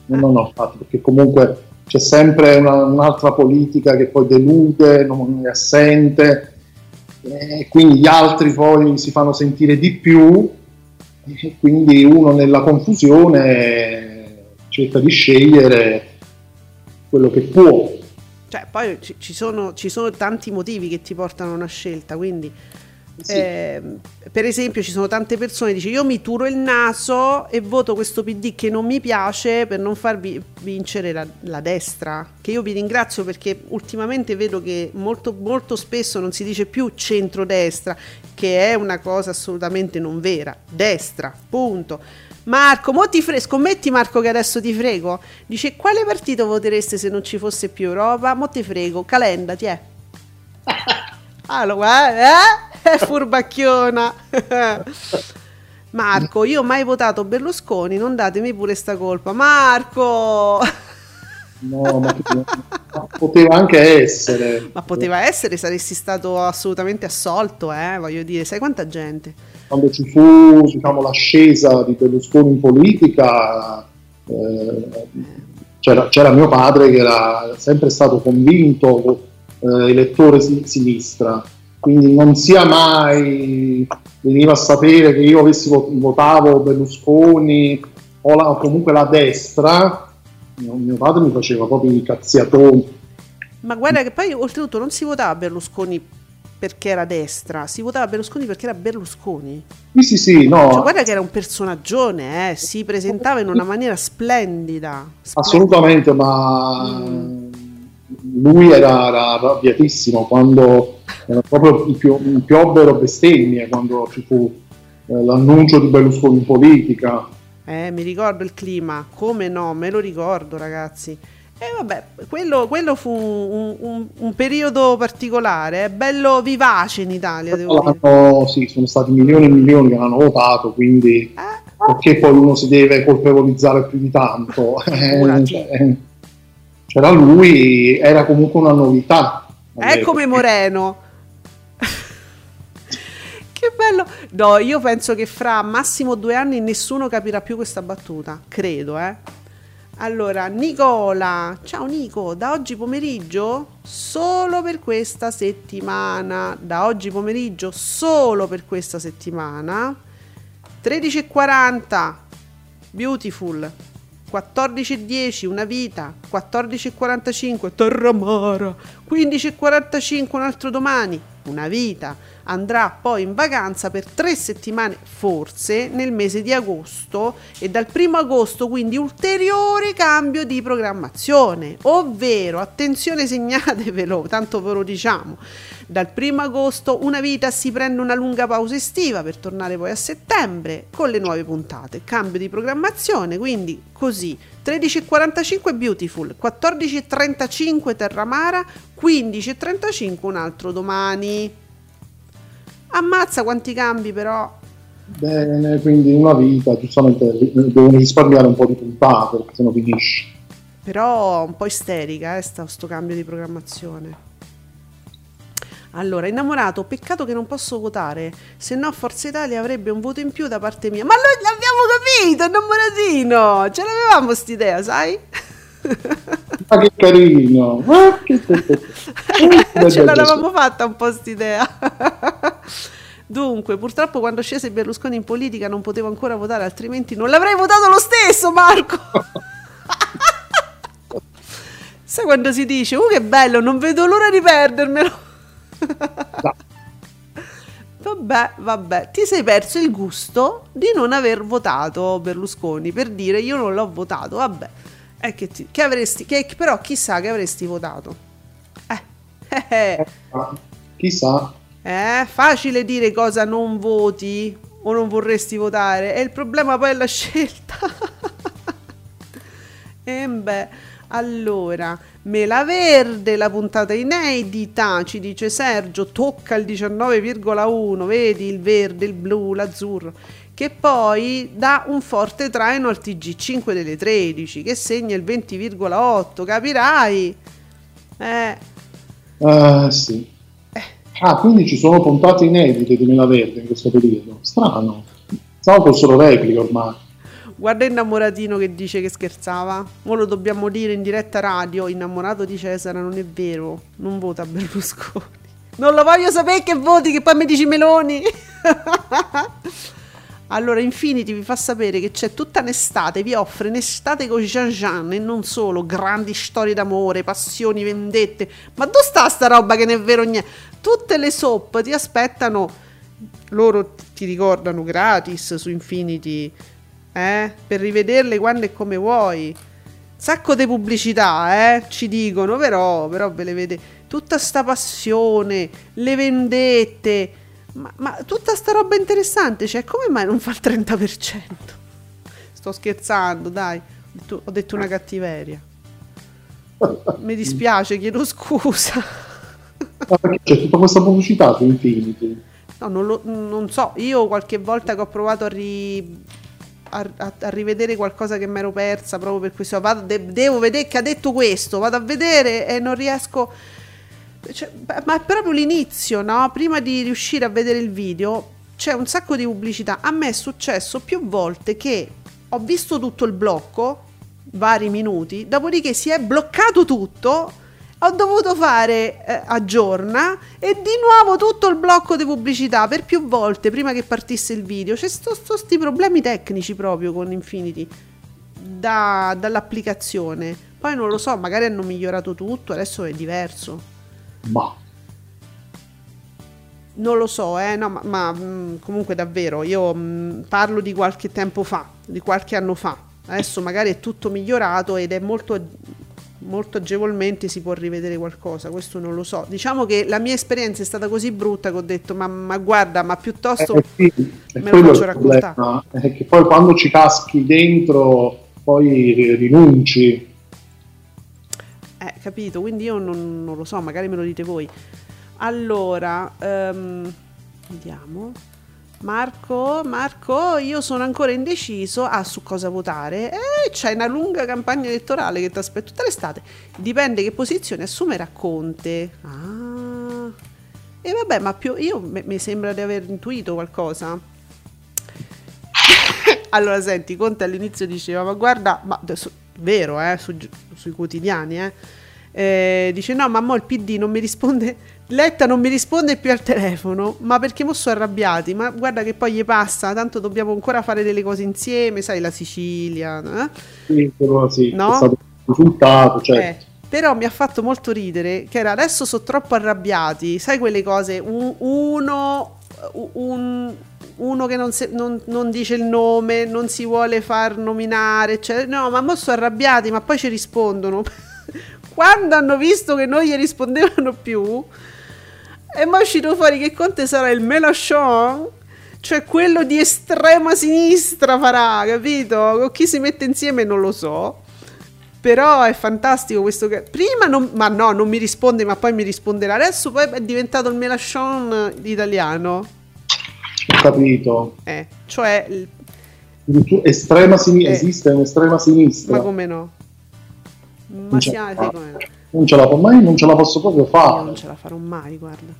no, no, no, infatti, perché comunque c'è sempre una, un'altra politica che poi delude, non è assente, e quindi gli altri poi si fanno sentire di più, e quindi uno nella confusione cerca di scegliere quello che può. Cioè, poi ci, ci sono, ci sono tanti motivi che ti portano a una scelta, quindi sì. eh, per esempio ci sono tante persone che dicono io mi turo il naso e voto questo P D che non mi piace per non far vi- vincere la, la destra, che io vi ringrazio perché ultimamente vedo che molto, molto spesso non si dice più centrodestra, che è una cosa assolutamente non vera, destra, punto. Marco, mo ti fre- scommetti Marco che adesso ti frego? Dice quale partito votereste se non ci fosse più Europa? Mo ti frego, Calenda, ti è. Allora, eh? È furbacchiona. Marco, io ho mai votato Berlusconi, non datemi pure sta colpa. Marco! No, ma, ma poteva anche essere. Ma poteva essere, saresti stato assolutamente assolto, eh? Voglio dire, sai quanta gente? Quando ci fu, diciamo, l'ascesa di Berlusconi in politica, eh, c'era, c'era mio padre che era sempre stato convinto eh, elettore sin- sinistra, quindi non sia mai veniva a sapere che io avessi vot- votavo Berlusconi o, la, o comunque la destra, mio, mio padre mi faceva proprio i cazziatoni. Ma guarda che poi oltretutto non si votava Berlusconi perché era destra, si votava Berlusconi perché era Berlusconi. Sì, sì, sì, no. Cioè, guarda che era un personaggione, eh? Si presentava in una maniera splendida. splendida. Assolutamente, ma mm. lui era, era arrabbiatissimo quando era proprio il più, il piobbero bestemmie quando ci fu eh, l'annuncio di Berlusconi in politica. Eh, mi ricordo il clima, come no, me lo ricordo, ragazzi. E eh, vabbè, quello, quello fu un, un, un periodo particolare, eh, bello vivace in Italia, devo dire. Sì, sono stati milioni e milioni che hanno votato, quindi eh? perché poi uno si deve colpevolizzare più di tanto? Eh, cioè, c'era lui, era comunque una novità. È come Moreno. Che bello. No, io penso che fra massimo due anni nessuno capirà più questa battuta, credo, eh. Allora, Nicola, ciao Nico, da oggi pomeriggio solo per questa settimana, da oggi pomeriggio solo per questa settimana, tredici e quaranta, Beautiful, quattordici e dieci, Una vita, quattordici e quarantacinque, Terramara, quindici e quarantacinque, un altro domani, Una vita. Andrà poi in vacanza per tre settimane, forse, nel mese di agosto, e dal primo agosto quindi ulteriore cambio di programmazione, ovvero, attenzione, segnatevelo, tanto ve lo diciamo, dal primo agosto Una vita si prende una lunga pausa estiva per tornare poi a settembre con le nuove puntate, cambio di programmazione, quindi così, tredici e quarantacinque Beautiful, quattordici e trentacinque Terramara, quindici e trentacinque Un altro domani. Ammazza quanti cambi però. Bene, quindi Una vita, giustamente devono risparmiare un po' di puntate perché sennò finisce. Però un po' isterica eh, sta, sto cambio di programmazione. Allora, Innamorato, peccato che non posso votare, se no Forza Italia avrebbe un voto in più da parte mia. Ma noi l'abbiamo capito, Innamoratino, ce l'avevamo st'idea, sai? Ma che carino. Ce l'avevamo fatta un po' st'idea. Dunque, purtroppo quando scese Berlusconi in politica non potevo ancora votare, altrimenti non l'avrei votato lo stesso, Marco. Sai quando si dice uh che bello, non vedo l'ora di perdermelo. Vabbè, vabbè, ti sei perso il gusto di non aver votato Berlusconi per dire io non l'ho votato, vabbè. Eh, che, ti, che avresti, che, però chissà che avresti votato. Eh, eh, eh. Chissà. È facile dire cosa non voti o non vorresti votare, e il problema poi è la scelta. E beh, allora, Mela Verde, la puntata inedita, ci dice Sergio, tocca il diciannove virgola uno, vedi il verde, il blu, l'azzurro, che poi dà un forte traino al T G cinque delle tredici, che segna il venti virgola otto, capirai? Eh. Uh, sì. Ah, quindi ci sono puntate inedite di Mela Verde in questo periodo. Strano. Stavo fossero repliche ormai. Guarda innamoratino che dice che scherzava. Ora lo dobbiamo dire in diretta radio. Innamorato di Cesare, non è vero. Non vota Berlusconi. Non lo voglio sapere che voti, che poi mi dici Meloni. Allora Infinity vi fa sapere che c'è tutta un'estate, vi offre un'estate con Jean Jean e non solo, grandi storie d'amore, passioni, vendette. Ma dove sta sta roba che non è vero niente? Tutte le soap ti aspettano, loro ti ricordano gratis su Infinity, eh? Per rivederle quando e come vuoi. Sacco di pubblicità, eh? Ci dicono, però, però ve le vede. Tutta sta passione, le vendette, ma, ma tutta sta roba interessante, cioè come mai non fa il trenta per cento? Sto scherzando, dai, ho detto, ho detto una cattiveria. Mi dispiace, chiedo scusa. Ma perché c'è tutta questa pubblicità su Infinity? No, non, lo, non so, io qualche volta che ho provato a, ri, a, a, a rivedere qualcosa che mi ero persa proprio per questo, vado, de, devo vedere che ha detto questo, vado a vedere e non riesco, cioè, ma è proprio l'inizio, no? Prima di riuscire a vedere il video c'è un sacco di pubblicità. A me è successo più volte che ho visto tutto il blocco, vari minuti, dopodiché si è bloccato tutto, ho dovuto fare eh, aggiorna e di nuovo tutto il blocco di pubblicità per più volte prima che partisse il video. C'è sto, sto sti problemi tecnici proprio con Infinity da, dall'applicazione. Poi non lo so, magari hanno migliorato tutto, adesso è diverso. Ma non lo so, eh, no, ma, ma mh, comunque davvero io mh, parlo di qualche tempo fa, di qualche anno fa. Adesso magari è tutto migliorato ed è molto, molto agevolmente si può rivedere qualcosa, questo non lo so. Diciamo che la mia esperienza è stata così brutta che ho detto ma, ma guarda, ma piuttosto eh, sì, me lo faccio raccontare. È che poi quando ci caschi dentro poi rinunci. Eh, capito, quindi io non, non lo so, magari me lo dite voi. Allora, um, vediamo. Marco, Marco, io sono ancora indeciso ah, su cosa votare. Eh, c'è una lunga campagna elettorale che ti aspetta tutta l'estate. Dipende che posizione assumerà Conte. Ah. E vabbè, ma più io mi sembra di aver intuito qualcosa. Allora, senti, Conte all'inizio diceva, ma guarda, ma adesso, vero, eh, su, sui quotidiani, eh, eh, dice no, ma mo il P D non mi risponde, Letta non mi risponde più al telefono, ma perché mo sono arrabbiati, ma guarda che poi gli passa, tanto dobbiamo ancora fare delle cose insieme, sai, la Sicilia, eh? Sì, però sì, no? È stato un risultato, certo. Eh. Però mi ha fatto molto ridere che era adesso sono troppo arrabbiati, sai quelle cose, un, uno un, uno che non, se, non, non dice il nome, non si vuole far nominare, cioè, no, ma mo sono arrabbiati, ma poi ci rispondono. Quando hanno visto che non gli rispondevano più, e mo è uscito fuori che Conte sarà il Mélenchon, cioè quello di estrema sinistra farà, capito? Con chi si mette insieme non lo so. Però è fantastico questo che prima non, ma no, non mi risponde, ma poi mi risponderà. Adesso poi è diventato il Mélenchon italiano. Ho capito. Eh, cioè il... estrema sinistra, eh. esiste un'estrema sinistra. Ma come no? Ma non, si ce ha, la, come no? non ce la fa mai, non ce la posso proprio fare. Io non ce la farò mai, guarda.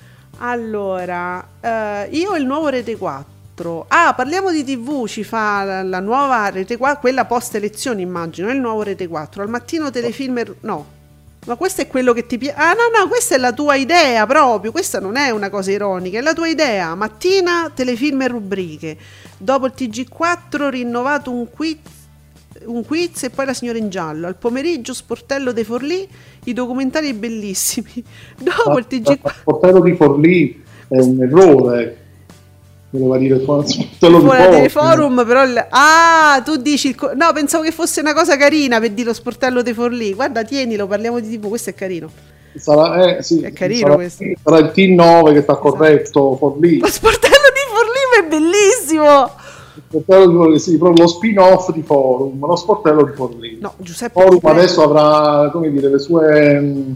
Allora, eh, io il nuovo Rete quattro. Ah, parliamo di tivù, ci fa la, la nuova Rete quattro, quella post elezioni immagino, è il nuovo Rete quattro. Al mattino telefilm, er- no, ma questo è quello che ti piace. Ah no no, questa è la tua idea proprio, questa non è una cosa ironica, è la tua idea. Mattina telefilm e rubriche, dopo il T G quattro rinnovato un quiz, un quiz e poi la signora in giallo. Al pomeriggio Sportello dei Forlì, i documentari bellissimi. Dopo ma, il T G quattro il Sportello di Forlì è un errore. Voleva dire Sportello di Forum, Forum. forum però il... ah, tu dici il co- no, pensavo che fosse una cosa carina per dire lo Sportello dei Forlì. Guarda, tienilo, parliamo di tivù, questo è carino. Sarà, eh, sì, è carino sarà, questo. Sarà il T nove che sta esatto. Corretto Forlì. Lo Sportello di Forlì è bellissimo. Il Sportello di Forlì, sì, proprio lo spin-off di Forum, lo Sportello di Forlì. No, Giuseppe Forum adesso avrà, come dire, le sue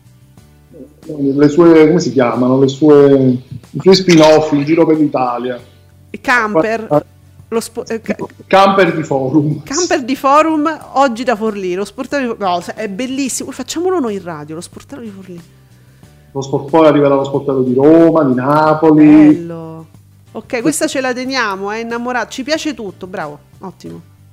le sue, come si chiamano, le sue i suoi spin-off in giro per l'Italia. Camper lo spo- eh, ca- Camper di Forum. Camper di Forum oggi da Forlì, lo Sportello di... no, è bellissimo, facciamolo noi in radio, lo Sportello di Forlì. Lo sport, poi arriverà lo Sportello di Roma, di Napoli. Bello. Ok, questa ce la teniamo, è innamorato, ci piace tutto, bravo, ottimo.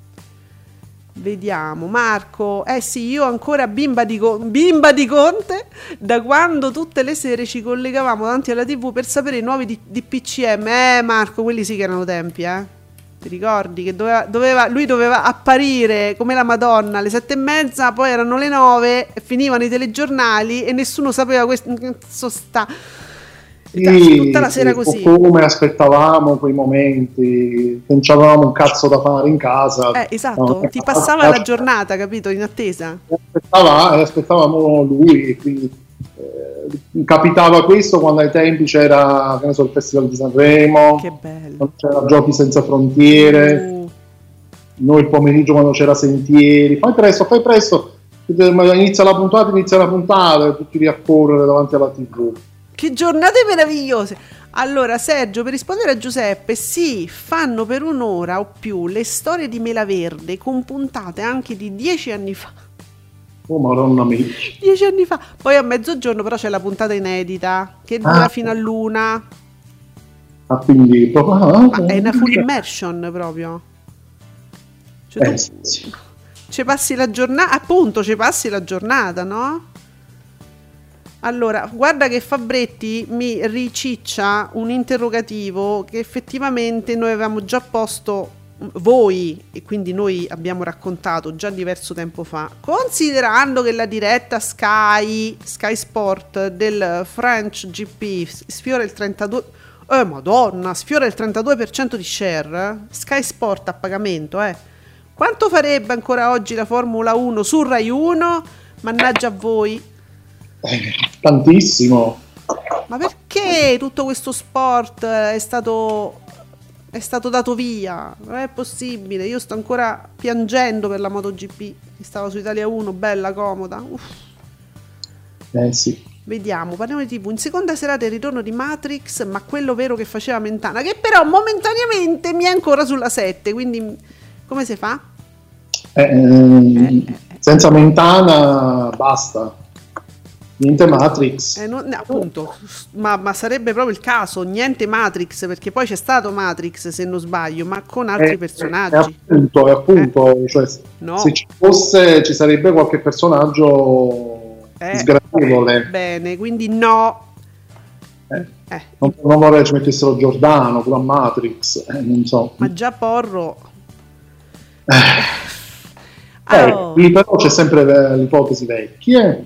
Vediamo, Marco. Eh sì, io ancora bimba di, Con- bimba di Conte, da quando tutte le sere ci collegavamo davanti alla tivù per sapere i nuovi D- DPCM. Eh Marco, quelli sì che erano tempi, eh. Ti ricordi che doveva, doveva, lui doveva apparire come la Madonna alle sette e mezza, poi erano le nove e finivano i telegiornali e nessuno sapeva questo sta Sì, tutta la sera così. Come aspettavamo quei momenti, non avevamo un cazzo da fare in casa. Eh, esatto, no, ti passava la giornata, capito, in attesa. Aspettava, aspettavamo lui, e quindi eh, capitava questo quando ai tempi c'era, che ne so, il Festival di Sanremo, che bello. quando c'era Giochi Senza Frontiere, uh. noi il pomeriggio quando c'era Sentieri, fai presto, fai presto, inizia la puntata, inizia la puntata e tutti lì a correre davanti alla tivù. Che giornate meravigliose! Allora Sergio, per rispondere a Giuseppe, sì, fanno per un'ora o più le storie di Mela Verde con puntate anche di dieci anni fa. Oh madonna mia. Dieci anni fa. Poi a mezzogiorno però c'è la puntata inedita che dura ah. fino all'una. Ah, quindi Ma è una full immersion proprio. Cioè, eh, tu sì. ci passi la giornata, appunto, ci passi la giornata, no? Allora, guarda che Fabretti mi riciccia un interrogativo che effettivamente noi avevamo già posto, voi, e quindi noi abbiamo raccontato già diverso tempo fa, considerando che la diretta Sky, Sky Sport del French G P sfiora il trentadue, eh madonna, sfiora il trentadue per cento di share, eh? Sky Sport a pagamento, eh. Quanto farebbe ancora oggi la Formula uno su Rai uno? Mannaggia a voi. Eh, tantissimo. Ma perché tutto questo sport è stato è stato dato via? Non è possibile. Io sto ancora piangendo per la MotoGP che stava su Italia uno, bella, comoda. Uff. Eh sì. Vediamo, parliamo di tivù. In seconda serata il ritorno di Matrix, ma quello vero che faceva Mentana, che però momentaneamente mi è ancora sulla sette, quindi come si fa? Eh, eh, eh, senza Mentana basta. Niente Matrix. Eh, non, appunto, ma, ma sarebbe proprio il caso, niente Matrix, perché poi c'è stato Matrix, se non sbaglio, ma con altri eh, personaggi. Eh, appunto, appunto eh. Cioè, no. Se ci fosse, ci sarebbe qualche personaggio eh, sgradevole. Bene, quindi no. Eh. Eh. Non, non vorrei che ci mettessero Giordano, pure a Matrix, eh, non so. Ma già Porro. Eh. Eh, oh. Lì però c'è sempre l'ipotesi vecchie.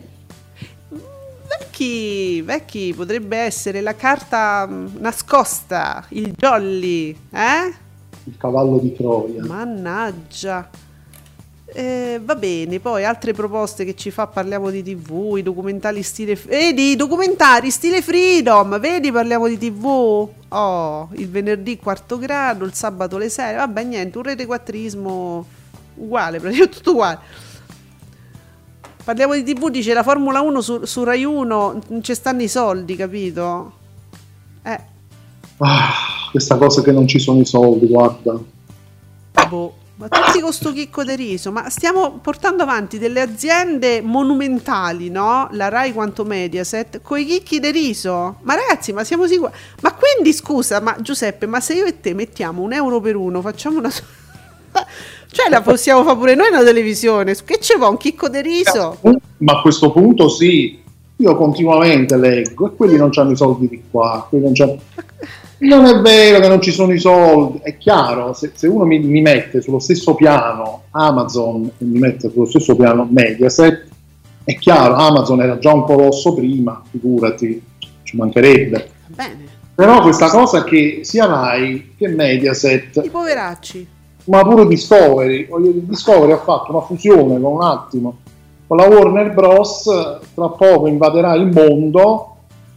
Vecchi, vecchi potrebbe essere la carta nascosta, il jolly, eh? Il cavallo di Troia. Mannaggia. Eh, va bene, poi altre proposte che ci fa, parliamo di tivù, i documentari stile, vedi, i documentari stile Freedom, vedi, parliamo di tivù. Oh, il venerdì quarto grado, il sabato le serie, vabbè niente, un retequattrismo uguale, praticamente tutto uguale. Parliamo di tivù, dice la Formula uno su, su Rai uno, non ci stanno i soldi, capito? Eh. Ah, questa cosa che non ci sono i soldi, guarda. Boh, ma tutti con sto chicco de riso, ma stiamo portando avanti delle aziende monumentali, no? La Rai quanto Mediaset, coi chicchi de riso. Ma ragazzi, ma siamo sicuri? Ma quindi scusa, ma Giuseppe, ma se io e te mettiamo un euro per uno, facciamo una... Cioè la possiamo fare pure noi una televisione, che ci va un chicco di riso? Ma a questo punto sì, io continuamente leggo e quelli non hanno i soldi di qua, non, non è vero che non ci sono i soldi, è chiaro, se, se uno mi, mi mette sullo stesso piano Amazon e mi mette sullo stesso piano Mediaset, è chiaro, Amazon era già un colosso prima, figurati, ci mancherebbe. Bene. Però questa cosa che sia Rai che Mediaset, i poveracci, ma pure Discovery, Discovery ha fatto una fusione con un attimo con la Warner Bros, tra poco invaderà il mondo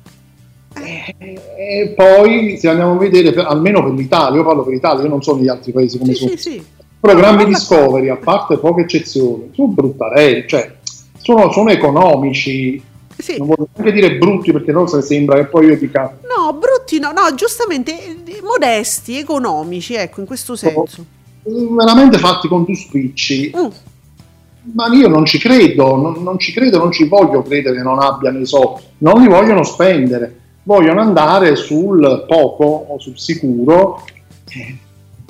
e, e poi se andiamo a vedere, per, almeno per l'Italia, io parlo per l'Italia, io non so negli altri paesi come sì, sono, sì, sì. Programmi Discovery, a parte poche eccezioni, sono bruttarelli, cioè sono, sono economici. Sì. Non voglio neanche dire brutti perché non se sembra che poi io dica no, brutti no, no, giustamente modesti, economici, ecco, in questo senso. Veramente fatti con due spicci. Mm. Ma io non ci credo, non, non ci credo, non ci voglio credere che non abbiano i soldi, non li vogliono spendere, vogliono andare sul poco o sul sicuro, eh,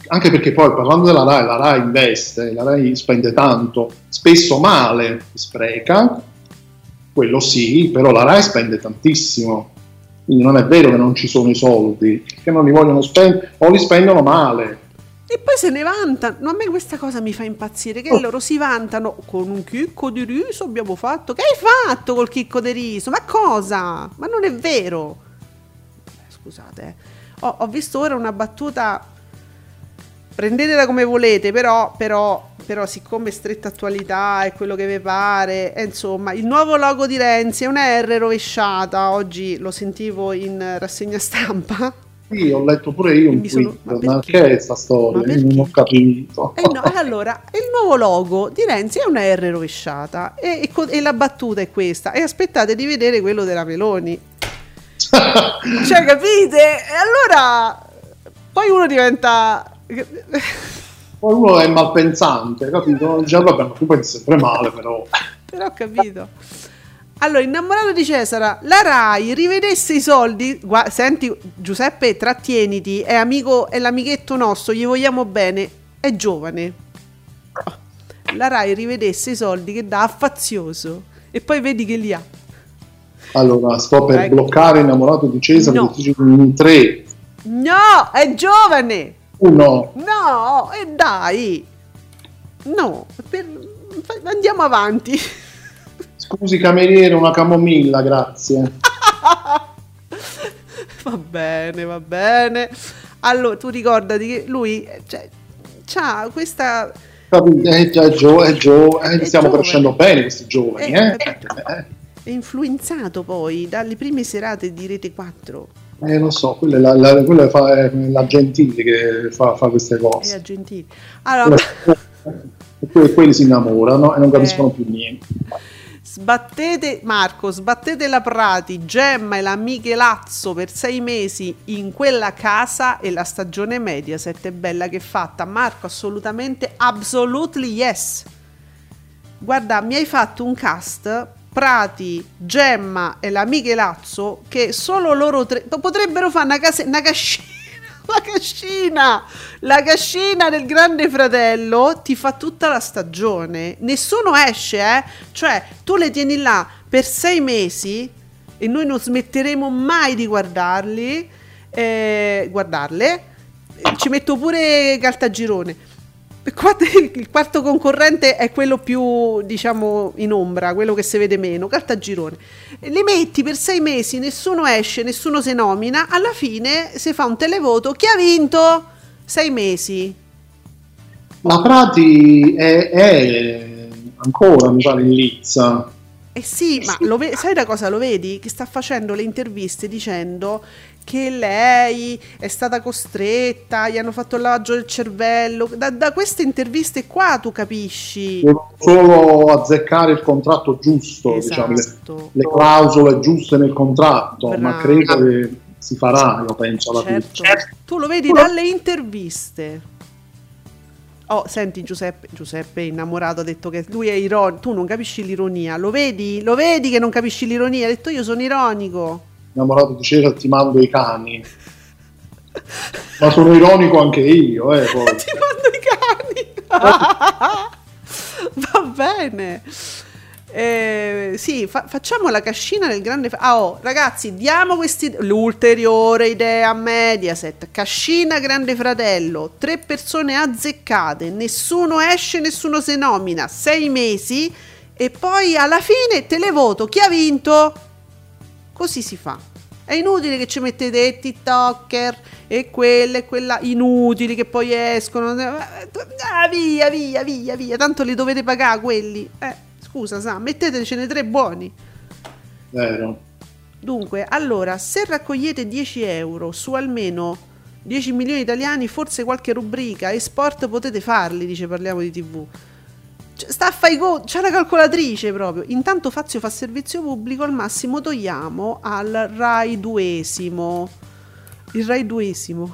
anche perché poi parlando della Rai, la Rai investe, la Rai spende tanto, spesso male, spreca, quello sì, però la Rai spende tantissimo, quindi non è vero che non ci sono i soldi, che non li vogliono spendere o li spendono male. E poi se ne vantano, no, a me questa cosa mi fa impazzire, che Oh. loro si vantano con un chicco di riso abbiamo fatto, che hai fatto col chicco di riso? Ma cosa? Ma non è vero. Scusate, eh. ho, ho visto ora una battuta, prendetela come volete, però, però, però siccome è stretta attualità è quello che vi pare, e insomma, il nuovo logo di Renzi è una R rovesciata, oggi lo sentivo in rassegna stampa. Sì, ho letto pure io un Mi sono- tweet, ma ma, perché? che è sta storia? Ma Io non ho perché? capito. Eh no, allora, il nuovo logo di Renzi è una R rovesciata e, e co- e la battuta è questa, e aspettate di vedere quello della Meloni. Cioè, capite? E allora poi uno diventa... Poi uno è malpensante, capito? Dice, vabbè, ma tu pensi sempre male, però... Però ho capito. Allora, innamorato di Cesara, la Rai rivedesse i soldi. Gua- senti, Giuseppe, trattieniti, è amico, è l'amichetto nostro, gli vogliamo bene, è giovane. La Rai rivedesse i soldi che dà a Fazioso e poi vedi che li ha. Allora, sto per Ecco. bloccare Innamorato di Cesare, No. che dice in tre, No, è giovane. uno, No, e dai. No, per- fa- andiamo avanti. scusi cameriere, una camomilla, grazie. Va bene, va bene. Allora, tu ricordati che lui, cioè, c'ha questa... Capito? È già gio- è gio- eh, È stiamo giovane. crescendo bene questi giovani, Eh, eh? capito? Eh, È influenzato poi dalle prime serate di Rete quattro. eh, lo so, quella è la, la, quella fa, è la Gentili che fa, fa queste È cose. a Gentili. Allora, E poi quelli si innamorano e non capiscono Eh. più niente. sbattete, Marco, sbattete la Prati, Gemma e la Michelazzo per sei mesi in quella casa e la stagione Mediaset è bella che è fatta. Marco, assolutamente, absolutely yes. Guarda, mi hai fatto un cast, Prati, Gemma e la Michelazzo, che solo loro tre potrebbero fare una, casa, una cascina, la cascina, la cascina del Grande Fratello, ti fa tutta la stagione, nessuno esce, eh? Cioè, tu le tieni là per sei mesi e noi non smetteremo mai di guardarli, eh, guardarle, ci metto pure Caltagirone. Il quarto concorrente è quello più, diciamo, in ombra, quello che si vede meno, Caltagirone. Li metti per sei mesi, nessuno esce, nessuno si nomina, alla fine si fa un televoto, chi ha vinto? Sei mesi. La Prati è, è ancora, mi pare, in lizza. Eh sì, ma lo ve- sai da cosa lo vedi? Che sta facendo le interviste dicendo che lei è stata costretta, gli hanno fatto il lavaggio del cervello. Da, da queste interviste qua tu capisci. Devono solo azzeccare il contratto giusto, diciamo, le, Esatto. le clausole giuste nel contratto, Bravo. ma credo che si farà, io penso, alla fine. Certo. Tu lo vedi dalle interviste. Oh, senti Giuseppe, Giuseppe è innamorato, ha detto che lui è ironico, tu non capisci l'ironia, lo vedi? Lo vedi che non capisci l'ironia? Ha detto io sono ironico. Innamorato di Cesare, ti mando i cani. Ma sono ironico anche io, eh, poi. Ti mando i cani. Va bene. Eh, sì, fa- facciamo la cascina del Grande Fra- ah, oh, ragazzi, diamo questi l'ulteriore idea a Mediaset. Cascina Grande Fratello, tre persone azzeccate, nessuno esce, nessuno si nomina, sei mesi e poi alla fine televoto, chi ha vinto? Così si fa. È inutile che ci mettete TikToker e quella e quella inutili che poi escono. Ah, via, via, via, via. Tanto li dovete pagare quelli. Eh, scusa, sa, mettetecene tre buoni. Vero. Dunque, allora, se raccogliete dieci euro su almeno dieci milioni di italiani, forse qualche rubrica e sport potete farli, dice Parliamo di tivù. Cioè, sta a fare i conti, c'è una calcolatrice proprio. Intanto Fazio fa servizio pubblico, al massimo togliamo al Rai duesimo. Il Rai duesimo.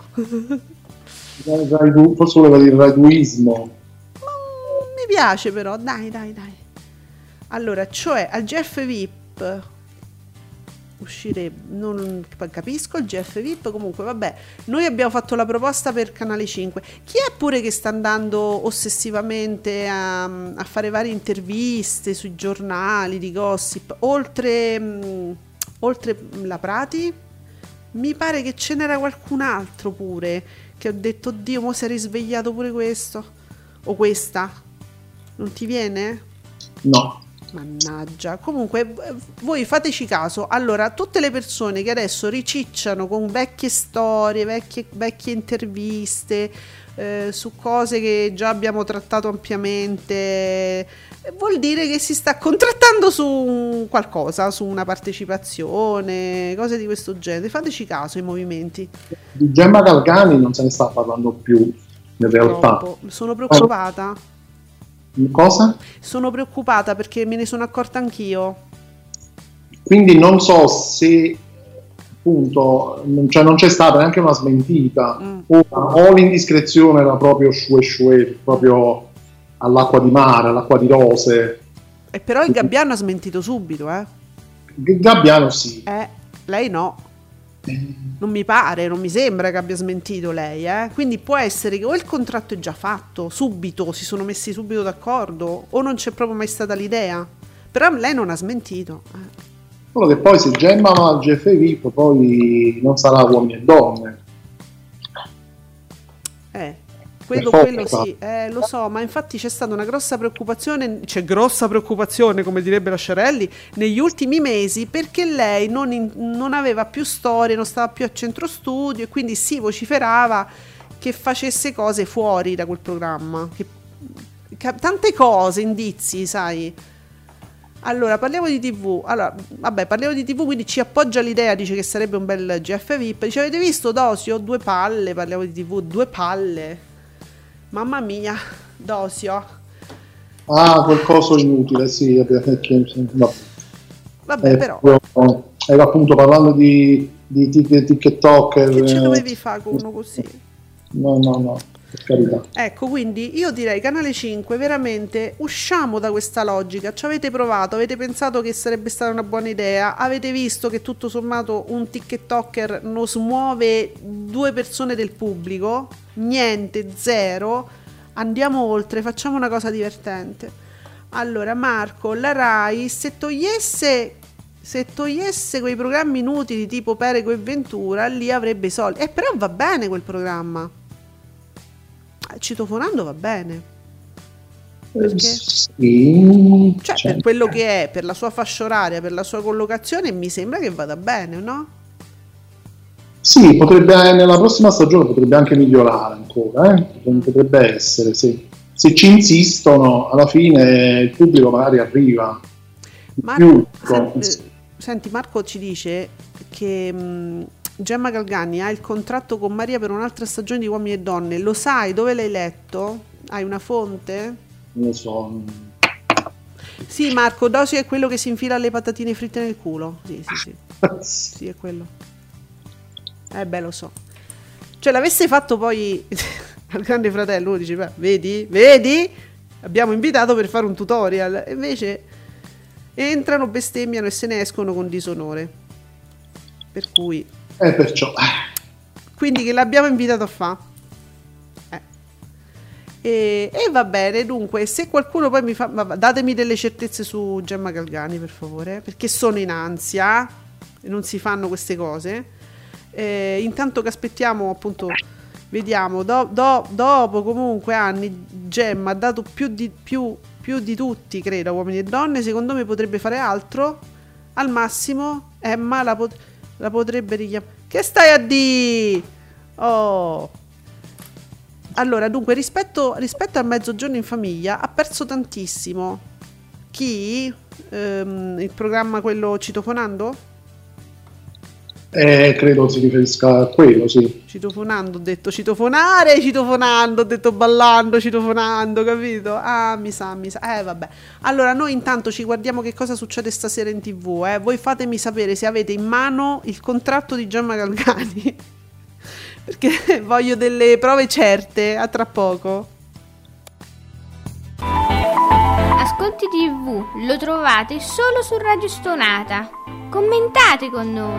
Il Rai du- Forse voleva dire il raiduismo. Mm, mi piace però, dai, dai, dai. Allora, cioè al G F V I P uscire, non capisco il G F V I P, comunque vabbè, noi abbiamo fatto la proposta per Canale cinque. Chi è pure che sta andando ossessivamente a, a fare varie interviste sui giornali di gossip, oltre, mh, oltre la Prati? Mi pare che ce n'era qualcun altro pure che ho detto, Dio, mo si è risvegliato pure questo o questa, non ti viene? No. Mannaggia, comunque voi fateci caso. Allora, tutte le persone che adesso ricicciano con vecchie storie, vecchie, vecchie interviste eh, su cose che già abbiamo trattato ampiamente, vuol dire che si sta contrattando su un qualcosa, su una partecipazione, cose di questo genere. Fateci caso ai movimenti. Di Gemma Galgani non se ne sta parlando più, in realtà. Troppo. Sono preoccupata. Cosa? Sono preoccupata perché me ne sono accorta anch'io. Quindi non so se appunto non, cioè non c'è stata neanche una smentita mm. o, o l'indiscrezione era proprio shue shue, proprio all'acqua di mare, all'acqua di rose. E però il Gabbiano ha smentito subito, eh? Gabbiano sì. Eh, lei no. Non mi pare, non mi sembra che abbia smentito lei, eh? Quindi può essere che o il contratto è già fatto, subito, si sono messi subito d'accordo, o non c'è proprio mai stata l'idea. Però lei non ha smentito. Eh. Solo che poi se Gemma va al G F V I P poi non sarà uomini e donne. Eh. Quello, quello sì, eh, lo so, ma infatti c'è stata una grossa preoccupazione, c'è grossa preoccupazione, come direbbe la Sciarelli, negli ultimi mesi, perché lei non, in, non aveva più storie, non stava più a centro studio e quindi si vociferava che facesse cose fuori da quel programma, che, che, tante cose, indizi, sai. Allora, parliamo di tivù. Allora, vabbè, parliamo di tivù, quindi ci appoggia l'idea, dice che sarebbe un bel G F V I P. Dice, avete visto Dosio? Due palle, parliamo di tivù, due palle. Mamma mia, Dosio. Ah, quel coso inutile, sì. Vabbè, vabbè eh, però. Ero appunto parlando di, di TikToker. Che ci dovevi fare con uno così? No, no, no, per carità. Ecco, quindi io direi Canale cinque, veramente usciamo da questa logica. Ci avete provato, avete pensato che sarebbe stata una buona idea, avete visto che tutto sommato un TikToker non smuove due persone del pubblico, niente, zero, andiamo oltre, facciamo una cosa divertente. Allora Marco, la Rai se togliesse se togliesse quei programmi inutili tipo Perego e Ventura, lì avrebbe i soldi. Eh, però va bene quel programma, Citofonando va bene, perché sì, cioè cioè, per quello che è, per la sua fascia oraria, per la sua collocazione, mi sembra che vada bene, no? Sì, potrebbe, nella prossima stagione potrebbe anche migliorare ancora, eh? Potrebbe essere, sì. Se ci insistono, alla fine il pubblico magari arriva. Marco, senti, senti, Marco ci dice che mh, Gemma Galgani ha il contratto con Maria per un'altra stagione di Uomini e Donne. Lo sai? Dove l'hai letto? Hai una fonte? Non lo so. Sì, Marco, Dosio è quello che si infila le patatine fritte nel culo. Sì, sì, sì. Sì, è quello. Eh beh, lo so. Cioè, l'avesse fatto poi al Grande Fratello, uno dice, beh, vedi? Vedi? Abbiamo invitato per fare un tutorial. E invece entrano, bestemmiano e se ne escono con disonore. Per cui... Eh, perciò... Quindi che l'abbiamo invitato a fare. Eh. E, e va bene, dunque, se qualcuno poi mi fa... Datemi delle certezze su Gemma Galgani, per favore, perché sono in ansia e non si fanno queste cose. Eh, intanto che aspettiamo, appunto, vediamo do, do, dopo comunque anni Gemma ha dato più di, più, più di tutti, credo, Uomini e Donne. Secondo me potrebbe fare altro, al massimo Emma la, pot- la potrebbe richiamare. Che stai a di? Oh, allora, dunque, rispetto, rispetto al Mezzogiorno in Famiglia ha perso tantissimo. Chi? Ehm, il programma, quello Citofonando? Eh, credo si riferisca a quello, sì. Citofonando, ho detto citofonare, citofonando, ho detto ballando, citofonando, capito? Ah, mi sa, mi sa. Eh, vabbè. Allora, noi intanto ci guardiamo che cosa succede stasera in tivù, eh. Voi fatemi sapere se avete in mano il contratto di Gemma Galgani, perché voglio delle prove certe. A tra poco. Ascolti tivù lo trovate solo su Radio Stonata. Commentate con noi.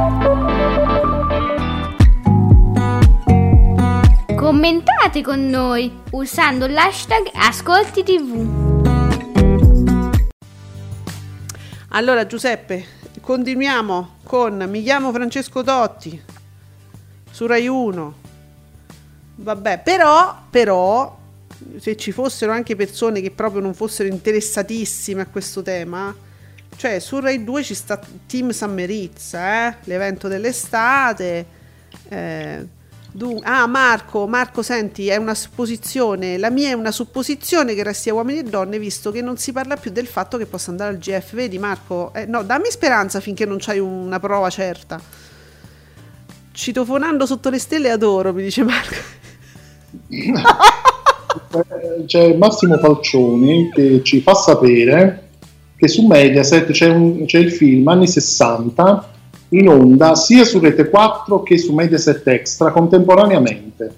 Commentate con noi usando l'hashtag Ascolti tivù. Allora Giuseppe, continuiamo con Mi chiamo Francesco Totti su Rai uno. Vabbè, però, però se ci fossero anche persone che proprio non fossero interessatissime a questo tema, cioè su Rai due ci sta Team Summerizza, eh? L'evento dell'estate. Eh, dun- ah Marco, Marco senti, è una supposizione, la mia è una supposizione che resti a uomini e donne, visto che non si parla più del fatto che possa andare al G F. Vedi Marco? Eh, no, dammi speranza finché non c'hai una prova certa. Citofonando sotto le stelle adoro, mi dice Marco. C'è Massimo Falcioni che ci fa sapere che su Mediaset c'è, un, c'è il film anni sessanta in onda sia su Rete quattro che su Mediaset Extra contemporaneamente.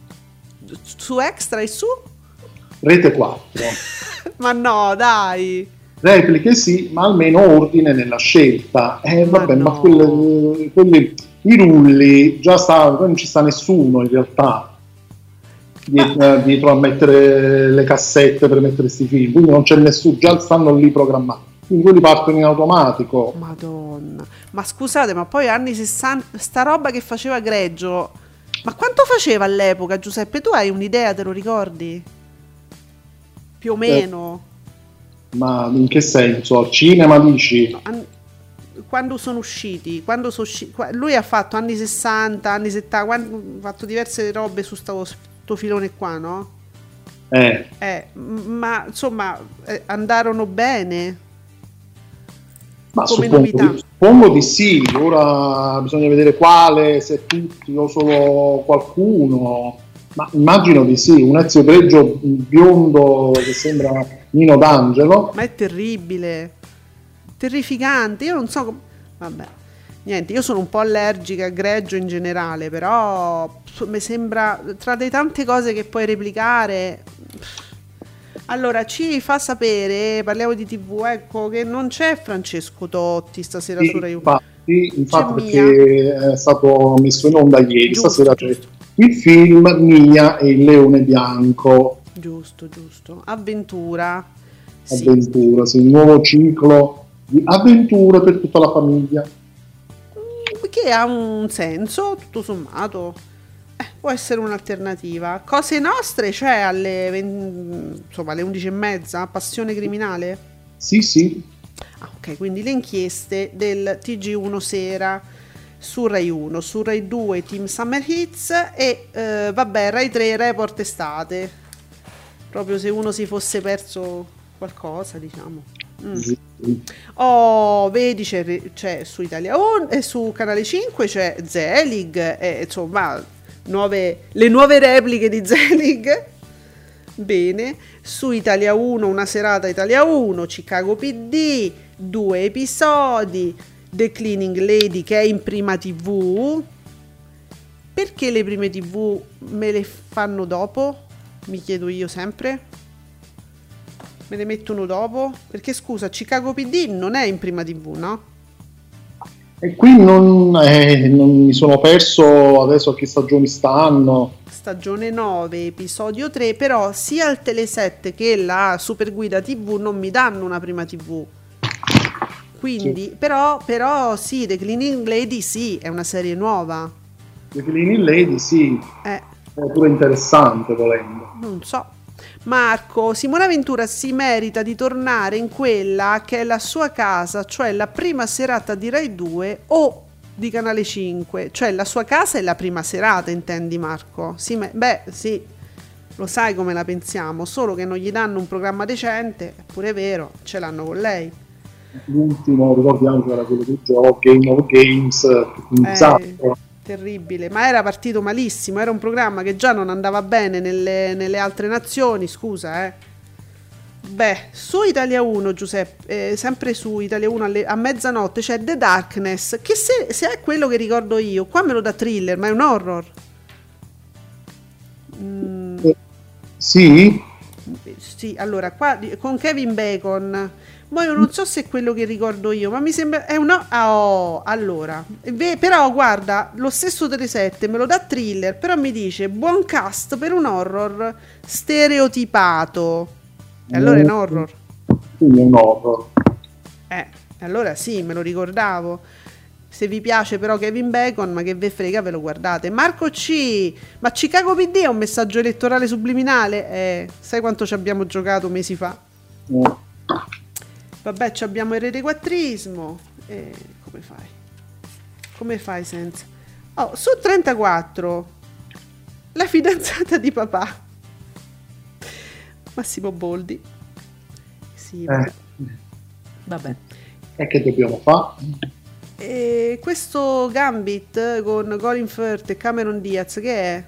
Su Extra e su? Rete quattro. Ma no, dai. Repliche sì, ma almeno ordine nella scelta. Eh, Ma vabbè, no. ma quelle, quelli, i rulli, già sta, non ci sta nessuno in realtà dietro, dietro a mettere le cassette per mettere questi film, quindi non c'è nessuno, già stanno lì programmati, quindi quelli partono in automatico. Madonna, ma scusate, ma poi anni sessanta, sta roba che faceva Greggio, ma quanto faceva all'epoca, Giuseppe? Tu hai un'idea, te lo ricordi? Più o meno? Ma in che senso? Al cinema dici? An- quando sono usciti, quando sono usci- qua- lui ha fatto anni sessanta, anni settanta, quando- ha fatto diverse robe su sto, sto filone qua, no? Eh, Eh, m- ma insomma, eh, andarono bene. ma Come suppongo novità. di, suppongo di sì, ora bisogna vedere quale, se tutti o solo qualcuno, ma immagino di sì, un Ezio Greggio biondo che sembra Nino D'Angelo. Ma è terribile, terrificante. Io non so com- vabbè, niente, io sono un po' allergica a Greggio in generale, però pff, mi sembra, tra le tante cose che puoi replicare. pff. Allora ci fa sapere, parliamo di tivù, ecco, che non c'è Francesco Totti stasera Sì, su Rai uno. infatti, infatti C'è perché è stato messo in onda ieri, Giusto, stasera c'è giusto. il film Mia e il leone bianco, Giusto, giusto. Avventura. Sì. avventura, sì, un nuovo ciclo di avventure per tutta la famiglia. Che ha un senso, tutto sommato. Eh, può essere un'alternativa. Cose nostre c'è alle, ven- insomma, alle undici e mezza, Passione criminale? Sì, sì, Ah, ok, quindi le inchieste del T G uno sera su Rai uno, su Rai due Team Summer Hits e eh, vabbè, Rai tre Report estate. Proprio se uno si fosse perso qualcosa, diciamo. Mm. sì. Oh, vedi, c'è, c'è su Italia uno e su Canale cinque c'è Zelig, e insomma, nuove, le nuove repliche di Zelig. Bene, su Italia uno una serata Italia uno, Chicago P D, due episodi, The Cleaning Lady che è in prima tivù. Perché le prime tivù me le fanno dopo? Mi chiedo io sempre. Me le mettono dopo? Perché scusa, Chicago P D non è in prima tivù, no? E qui non, eh, non mi sono perso adesso a che stagioni stanno. Stagione nove, episodio tre, però sia il Telesette che la Superguida tivù non mi danno una prima tivù. Quindi, Sì. però, però sì, The Cleaning Lady sì, è una serie nuova. The Cleaning Lady sì, Eh, è pure interessante volendo. non so. Marco, Simona Ventura si merita di tornare in quella che è la sua casa, cioè la prima serata di Rai due o di Canale cinque, cioè la sua casa è la prima serata, intendi Marco? Sì, me- beh, sì, lo sai come la pensiamo, solo che non gli danno un programma decente, è pure vero, ce l'hanno con lei. L'ultimo, ricordiamo che era quello di gioco, Game of Games, un Eh, sacco. terribile, ma era partito malissimo, era un programma che già non andava bene nelle, nelle altre nazioni, scusa, eh. Beh, su Italia uno, Giuseppe, eh, sempre su Italia uno alle- a mezzanotte c'è The Darkness, che se, se è quello che ricordo io, qua me lo dà thriller, ma è un horror. Mm, Eh, sì, sì, allora, qua di- con Kevin Bacon, Ma io non so se è quello che ricordo io, ma mi sembra è un ah, oh, allora, beh, però guarda, lo stesso trentasette me lo dà Thriller, però mi dice buon cast per un horror stereotipato. E allora è un horror. Quindi è un horror. Eh, allora sì, me lo ricordavo. Se vi piace però Kevin Bacon, ma che ve frega, ve lo guardate. Marco C, ma Chicago P D è un messaggio elettorale subliminale? Eh, sai quanto ci abbiamo giocato mesi fa? Mm. Vabbè, ci abbiamo il retequattrismo. Eh, come fai? Come fai senza? Oh, su trentaquattro, la fidanzata di papà. Massimo Boldi. Sì, vabbè. Eh. Vabbè. E che dobbiamo fare? E questo Gambit con Colin Firth e Cameron Diaz, che è?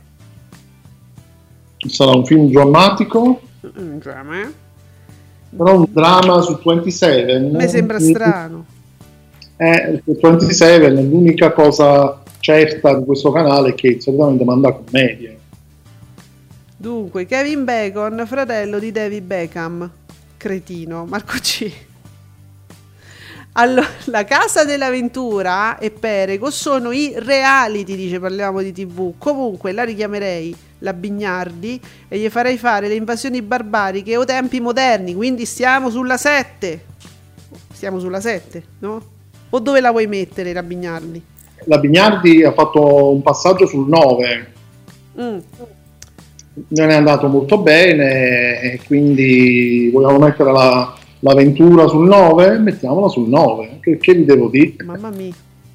Sarà un film drammatico? Un dramma, eh? Però un dramma su ventisette. Mi sembra strano. Eh, ventisette è l'unica cosa certa di questo canale, che solitamente manda commedie. Dunque, Kevin Bacon, fratello di David Beckham. Cretino, Marco C. Allora, La Casa dell'Avventura e Perego sono i reality, dice, parliamo di tivù. Comunque la richiamerei la Bignardi e gli farei fare le invasioni barbariche o tempi moderni, quindi stiamo sulla sette. Stiamo sulla sette, no? O dove la vuoi mettere la Bignardi? La Bignardi ha fatto un passaggio sul nove. Mm. Non è andato molto bene e quindi vogliamo mettere la, l'avventura sul nove? Mettiamola sul nove. Che, che vi devo dire? Mamma mia.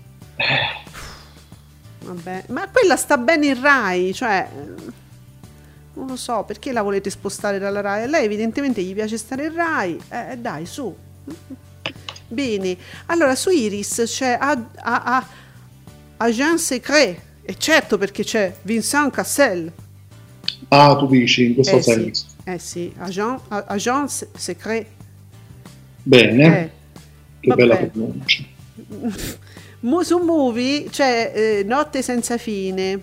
Vabbè, ma quella sta bene in Rai, cioè non lo so perché la volete spostare dalla Rai. A lei evidentemente gli piace stare in Rai. Eh, dai, su. Bene. Allora su Iris c'è a, a, a, Agent Secret, e certo perché c'è Vincent Cassel. Ah, tu dici in questo eh senso. Sì, eh sì, Agent, Agent Secret. Bene. Eh, che vabbè. bella pronuncia. Su Movie c'è eh, Notte senza fine.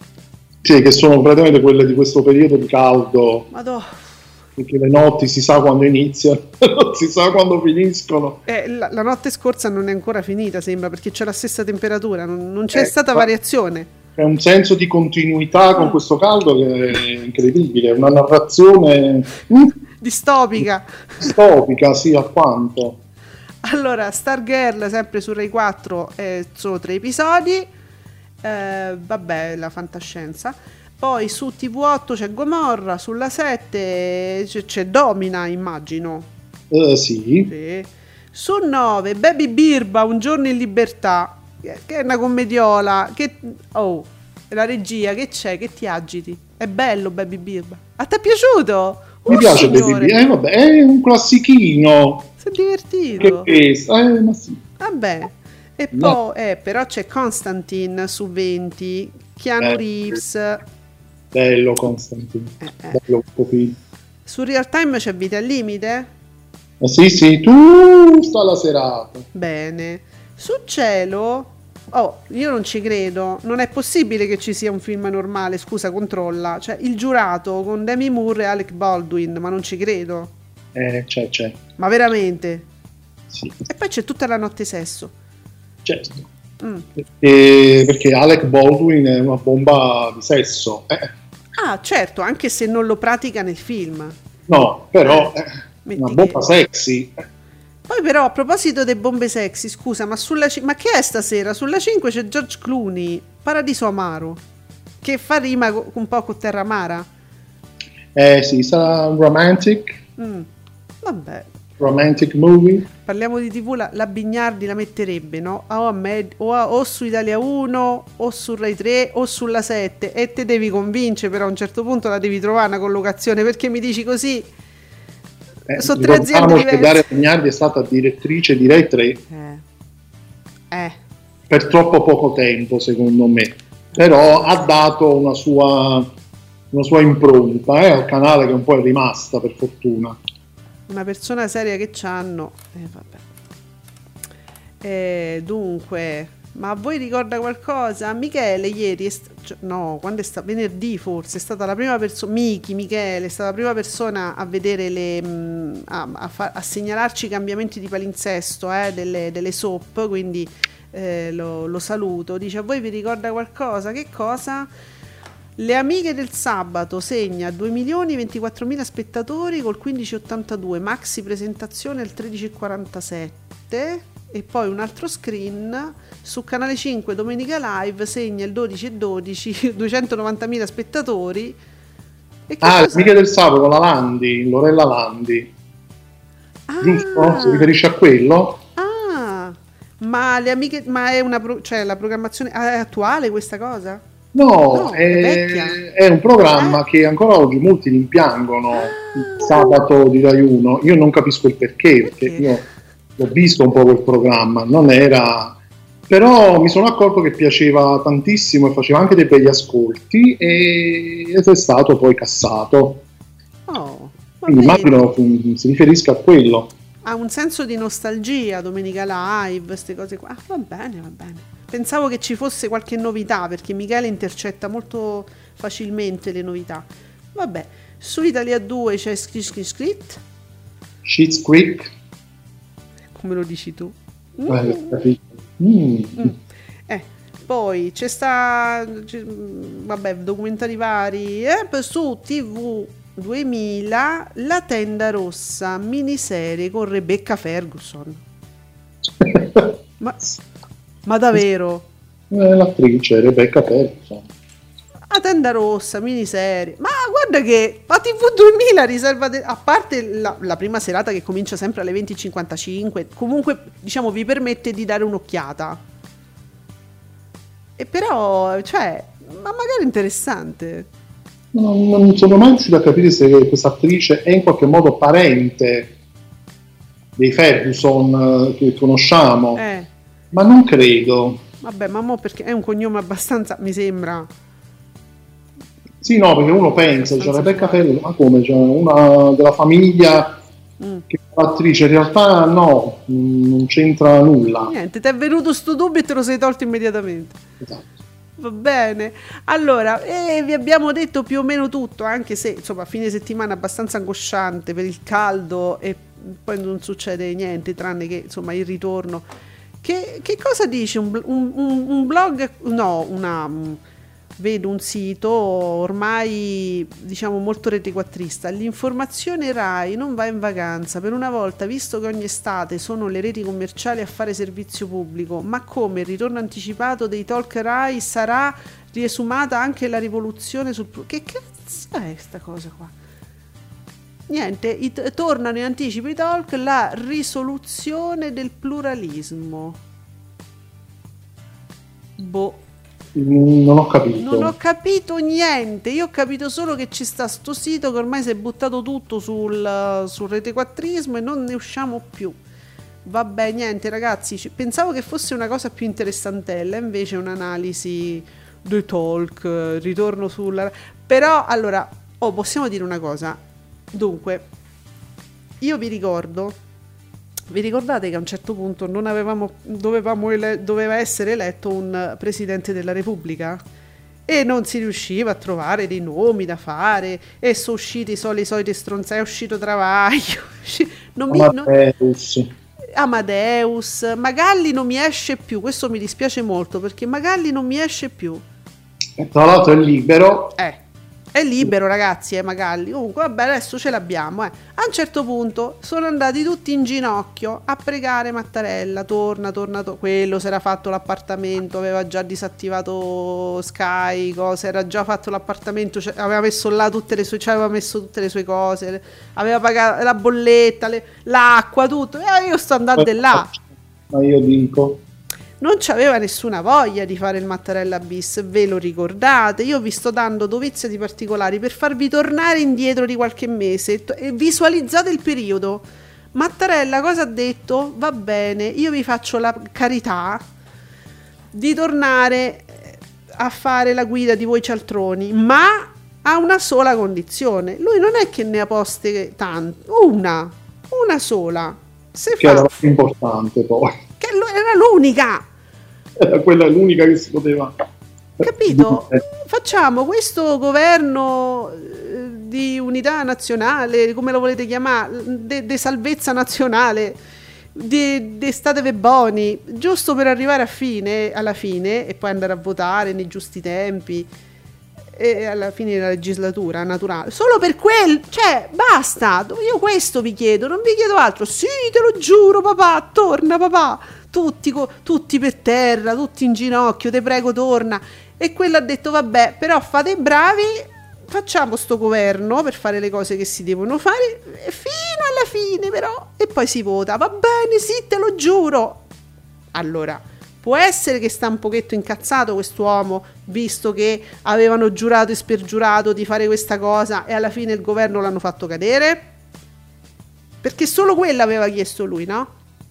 Sì, che sono praticamente quelle di questo periodo di caldo. Madò. Perché le notti si sa quando iniziano, non si sa quando finiscono. Eh, la, la notte scorsa non è ancora finita, sembra, perché c'è la stessa temperatura, non, non c'è Eh, stata ma- variazione. È un senso di continuità con questo caldo che è incredibile, una narrazione mm, Distopica. distopica, sì, alquanto. Allora, Stargirl, sempre su Rai quattro, eh, sono tre episodi. Eh, vabbè, la fantascienza. Poi su T V otto c'è Gomorra, sulla sette c'è, c'è Domina, immagino. Eh, sì, Sì. Su nove Baby Birba, Un giorno in libertà, che che è una commediola. Che, oh, la regia, che c'è? Che ti agiti? È bello Baby Birba. A te è piaciuto? mi Oh, piace signore, Baby. Eh, vabbè, è un classichino. sei divertito. Che pesa, eh, ma sì. Vabbè. E No. poi, eh, però c'è Constantine su venti, Keanu Eh. Reeves. Bello Constantino, Eh, eh. bello copì. Su Real Time c'è Vita al limite? Ma sì, sì, tu sta la serata. Bene. Su Cielo, oh, io non ci credo. Non è possibile che ci sia un film normale. Scusa, controlla. Cioè, Il giurato con Demi Moore e Alec Baldwin, ma non ci credo. Eh, c'è, c'è. Ma veramente? Sì, E poi c'è Tutta la notte sesso. certo. Mm. Perché, perché Alec Baldwin è una bomba di sesso. Eh, Ah, certo, anche se non lo pratica nel film. no, però eh, Metti una bomba che- sexy. Poi però a proposito delle bombe sexy, scusa, ma sulla ci- ma che è stasera? Sulla cinque c'è George Clooney, Paradiso Amaro, che fa rima co- un po' con Terra Amara. Eh sì, sarà un romantic, Mm. Vabbè, romantic movie. parliamo di tivù, la, la Bignardi la metterebbe, no? O, a Med- o, a- o su Italia uno, o su Rai tre, o sulla sette, e te devi convincere, però a un certo punto la devi trovare una collocazione, perché mi dici così? Eh, Sono tre aziende ricordiamo che diverse. Daria Bignardi è stata direttrice di Rai tre Eh. Eh. per troppo poco tempo, secondo me. Però ha dato una sua, una sua impronta eh, al canale, che un po' è rimasta, per fortuna. Una persona seria che c'hanno, eh, vabbè. Eh, dunque, Ma a voi ricorda qualcosa? Michele ieri, è st- cioè, no, quando è stato? Venerdì forse, è stata la prima persona, Miki, Michele, è stata la prima persona a vedere le, mh, a, a, fa- a segnalarci i cambiamenti di palinsesto eh, delle, delle soap, quindi eh, lo, lo saluto. Dice, a voi vi ricorda qualcosa? Che cosa? Le amiche del sabato segna due milioni ventiquattromila spettatori col quindici virgola ottantadue, maxi presentazione al tredici virgola quarantasette. E poi un altro screen su Canale cinque Domenica Live segna il dodici virgola dodici, duecentonovantamila spettatori. E che ah, cosa... l'amica del sabato, la Landi, Lorella Landi, ah, giusto? Si riferisce a quello? Ah, ma le amiche, ma è una pro... cioè la programmazione è attuale questa cosa? No, No, è è, vecchia. è un programma Eh? che ancora oggi molti rimpiangono, Ah. il sabato di Rai uno. Io non capisco il perché, perché Perché? io l'ho visto un po' quel programma, non era, però mi sono accorto che piaceva tantissimo e faceva anche dei begli ascolti e ed è stato poi cassato, Oh, va quindi bene. immagino mm, si riferisca a quello. Ha un senso di nostalgia, Domenica Live, queste cose qua. Ah, va bene, va bene. Pensavo che ci fosse qualche novità, perché Michele intercetta molto facilmente le novità. Vabbè, su Italia due c'è Scrit Scrit, Schitt's Creek, come lo dici tu? eh, capito. Mm. Mm. Eh, poi c'è sta, c'è- vabbè, documentari vari, eh, poi su T V duemila La tenda rossa, miniserie con Rebecca Ferguson. Ma, ma davvero? Eh, l'attrice Rebecca Ferguson. La tenda rossa, miniserie. Ma guarda che la T V duemila riserva, de- a parte la, la prima serata che comincia sempre alle venti e cinquantacinque, comunque diciamo vi permette di dare un'occhiata. E però, cioè, ma magari interessante. Non, non sono mai riuscito a capire se questa attrice è in qualche modo parente dei Ferguson eh, che conosciamo, Eh, ma non credo. vabbè, ma mo perché è un cognome abbastanza, mi sembra. Sì, no, perché uno pensa, c'è Abbastanza Rebecca fuori. Ferguson, ma come? C'è una della famiglia Mm. che è l'attrice, in realtà no, mm, non c'entra nulla. Niente, ti è venuto sto dubbio e te lo sei tolto immediatamente. Esatto. Va bene, allora eh, vi abbiamo detto più o meno tutto, anche se insomma fine settimana abbastanza angosciante per il caldo e poi non succede niente tranne che insomma il ritorno. Che, che cosa dice un, bl- un- un- un blog? No, una, mm, vedo un sito ormai diciamo molto retiquattrista. L'informazione Rai non va in vacanza per una volta, visto che ogni estate sono le reti commerciali a fare servizio pubblico. Ma come il ritorno anticipato dei talk Rai sarà riesumata anche la rivoluzione sul plu- che cazzo è sta cosa qua? Niente, i t- tornano in anticipo i talk, la risoluzione del pluralismo. Boh. Mm, Non ho capito. Non ho capito niente, io ho capito solo che ci sta sto sito che ormai si è buttato tutto sul, sul retequattrismo e non ne usciamo più. Vabbè, niente ragazzi, ci- pensavo che fosse una cosa più interessantella, invece è un'analisi dei talk, eh, ritorno sulla... Però, allora, oh, possiamo dire una cosa. Dunque, io vi ricordo, vi ricordate che a un certo punto non avevamo, dovevamo ele- doveva essere eletto un presidente della Repubblica e non si riusciva a trovare dei nomi da fare e sono usciti i soli, i soliti stronzai, è uscito Travaglio, è usci- non mi, non- Amadeus. Amadeus, Magalli non mi esce più, questo mi dispiace molto perché Magalli non mi esce più. E tra l'altro è libero. Eh, è libero ragazzi, eh, Magalli. Comunque, vabbè, adesso ce l'abbiamo, eh. A un certo punto sono andati tutti in ginocchio a pregare Mattarella, torna, torna, to-". Quello si era fatto l'appartamento, aveva già disattivato Sky, cose, era già fatto l'appartamento, cioè, aveva messo là tutte le sue, cioè, aveva messo tutte le sue cose, aveva pagato la bolletta, le- l'acqua, tutto. E io sto andando di là. Ma io dico, Non c'aveva nessuna voglia di fare il Mattarella bis, ve lo ricordate? Io vi sto dando dovizia di particolari per farvi tornare indietro di qualche mese t- e visualizzate il periodo. Mattarella cosa ha detto? Va bene, io vi faccio la carità di tornare eh, a fare la guida di voi cialtroni, ma a una sola condizione. Lui non è che ne ha poste tante, una, una sola. Se che era fa la più importante poi. che lo- era l'unica era quella l'unica che si poteva. Capito? Facciamo questo governo eh, di unità nazionale, come lo volete chiamare, di salvezza nazionale, di statevi buoni, giusto per arrivare a fine, alla fine, e poi andare a votare nei giusti tempi, e alla fine della legislatura naturale. Solo per quel, cioè, basta. Io questo vi chiedo, non vi chiedo altro. Sì, te lo giuro, papà, torna, papà. Tutti, co- tutti per terra, tutti in ginocchio, te prego, torna. E quello ha detto vabbè, però fate bravi, facciamo sto governo per fare le cose che si devono fare fino alla fine, però, e poi si vota. Va bene, sì, te lo giuro. Allora, può essere che sta un pochetto incazzato quest'uomo, visto che avevano giurato e spergiurato di fare questa cosa e alla fine il governo l'hanno fatto cadere, perché solo quella aveva chiesto lui, no?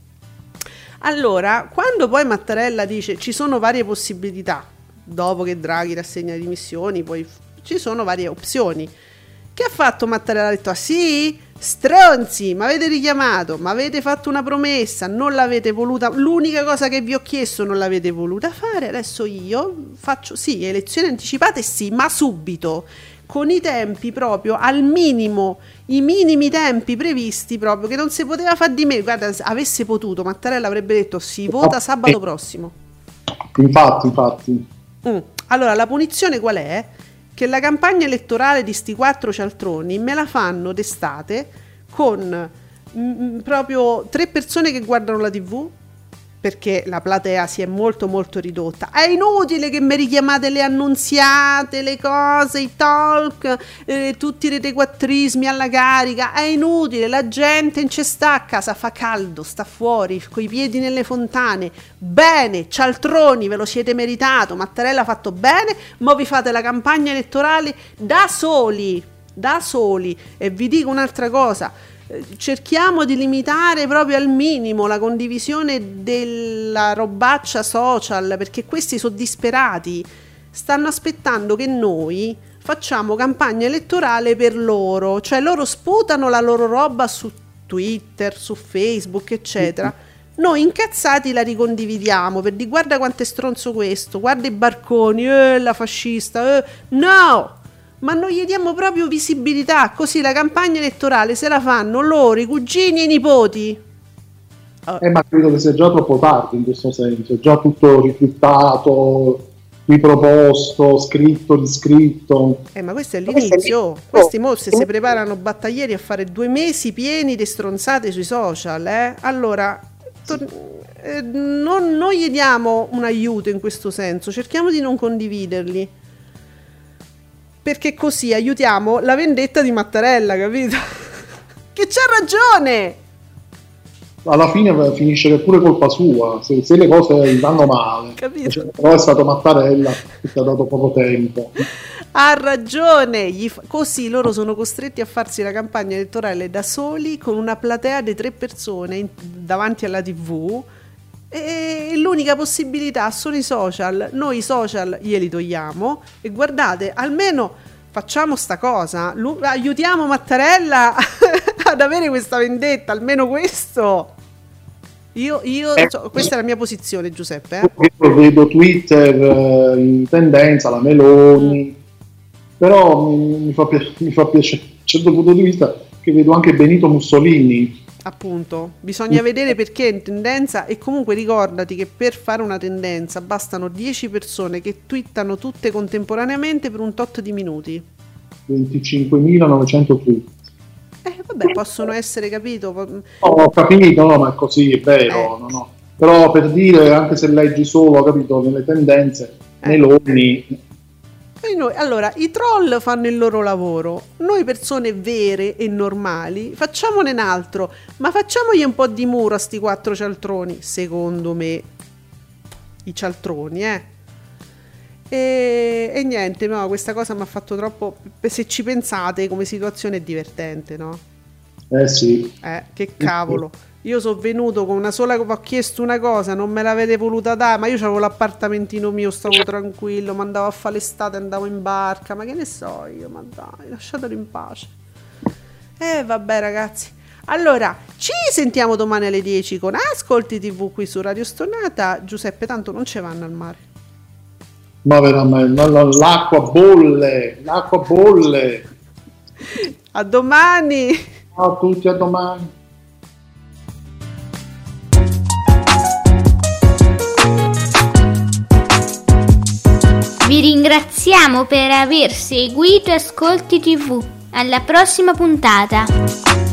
Allora, quando poi Mattarella dice ci sono varie possibilità, dopo che Draghi rassegna le dimissioni, poi ci sono varie opzioni. Che ha fatto Mattarella? Ha detto: ah sì? Stronzi, mi avete richiamato, mi avete fatto una promessa, non l'avete voluta, l'unica cosa che vi ho chiesto non l'avete voluta fare, adesso io faccio sì, elezioni anticipate sì, ma subito, con i tempi proprio al minimo, i minimi tempi previsti proprio, che non si poteva fare di me. Guarda, avesse potuto Mattarella avrebbe detto si vota sabato prossimo. Infatti, infatti. Mm. Allora, la punizione qual è? Che la campagna elettorale di sti quattro cialtroni me la fanno d'estate con mm, proprio tre persone che guardano la tivù, perché la platea si è molto molto ridotta. È inutile che mi richiamate le annunziate, le cose, i talk, eh, tutti i retequattrismi alla carica, è inutile, la gente non ci sta a casa, fa caldo, sta fuori, coi piedi nelle fontane. Bene, cialtroni, ve lo siete meritato, Mattarella ha fatto bene, ma vi fate la campagna elettorale da soli, da soli. E vi dico un'altra cosa, cerchiamo di limitare proprio al minimo la condivisione della robaccia social, perché questi sono disperati, stanno aspettando che noi facciamo campagna elettorale per loro, cioè loro sputano la loro roba su Twitter, su Facebook, eccetera. Noi incazzati la ricondividiamo per dire guarda quanto è stronzo questo, guarda i barconi, eh, la fascista, eh. No! Ma non gli diamo proprio visibilità, così la campagna elettorale se la fanno loro, i cugini e i nipoti. Oh. Eh, ma credo che sia già troppo tardi in questo senso, è già tutto rifiutato, riproposto, scritto, riscritto. Eh, ma questo è l'inizio. Questi mossi si preparano battaglieri a fare due mesi pieni di stronzate sui social, eh? Allora, tor- eh, non, non gli diamo un aiuto in questo senso, cerchiamo di non condividerli, perché così aiutiamo la vendetta di Mattarella, capito? Che c'ha ragione! Alla fine finisce che è pure colpa sua, se, se le cose vanno male. Capito? Cioè, però è stato Mattarella che ti ha dato poco tempo. Ha ragione! Gli fa- così loro sono costretti a farsi la campagna elettorale da soli, con una platea di tre persone in- davanti alla tivù, e l'unica possibilità sono i social. Noi i social glieli togliamo e guardate, almeno facciamo sta cosa, Lu- aiutiamo Mattarella ad avere questa vendetta, almeno questo. Io, io eh, so, questa è la mia posizione, Giuseppe, eh? Io vedo Twitter eh, in tendenza, la Meloni, però mi, mi, fa, pi- mi fa piacere, da un certo punto di vista, che vedo anche Benito Mussolini. Appunto, bisogna vedere perché è in tendenza, e comunque ricordati che per fare una tendenza bastano dieci persone che twittano tutte contemporaneamente per un tot di minuti. venticinquemilanovecento tweet. Eh vabbè, possono essere, capito? No, ho capito, no, ma è così, è vero, Eh. no, no. Però per dire, anche se leggi solo, capito, nelle tendenze, Eh. Meloni... E noi, allora, i troll fanno il loro lavoro, noi persone vere e normali facciamone un altro, ma facciamogli un po' di muro a sti quattro cialtroni, secondo me, i cialtroni, eh. E, e niente, no, questa cosa mi ha fatto troppo, se ci pensate come situazione è divertente, no? Eh sì. Eh, che cavolo. Io sono venuto con una sola, ho chiesto una cosa, non me l'avete voluta dare, ma io avevo l'appartamentino mio, stavo tranquillo, mi andavo a fare l'estate, andavo in barca, ma che ne so io, ma dai, lasciatelo in pace. Eh vabbè ragazzi, Allora, ci sentiamo domani alle dieci con Ascolti tivù qui su Radio Stonata. Giuseppe, tanto non ci vanno al mare. Ma veramente, no, no, l'acqua bolle, l'acqua bolle. A domani. Ciao a tutti, a domani. Vi ringraziamo per aver seguito Ascolti tivù. Alla prossima puntata.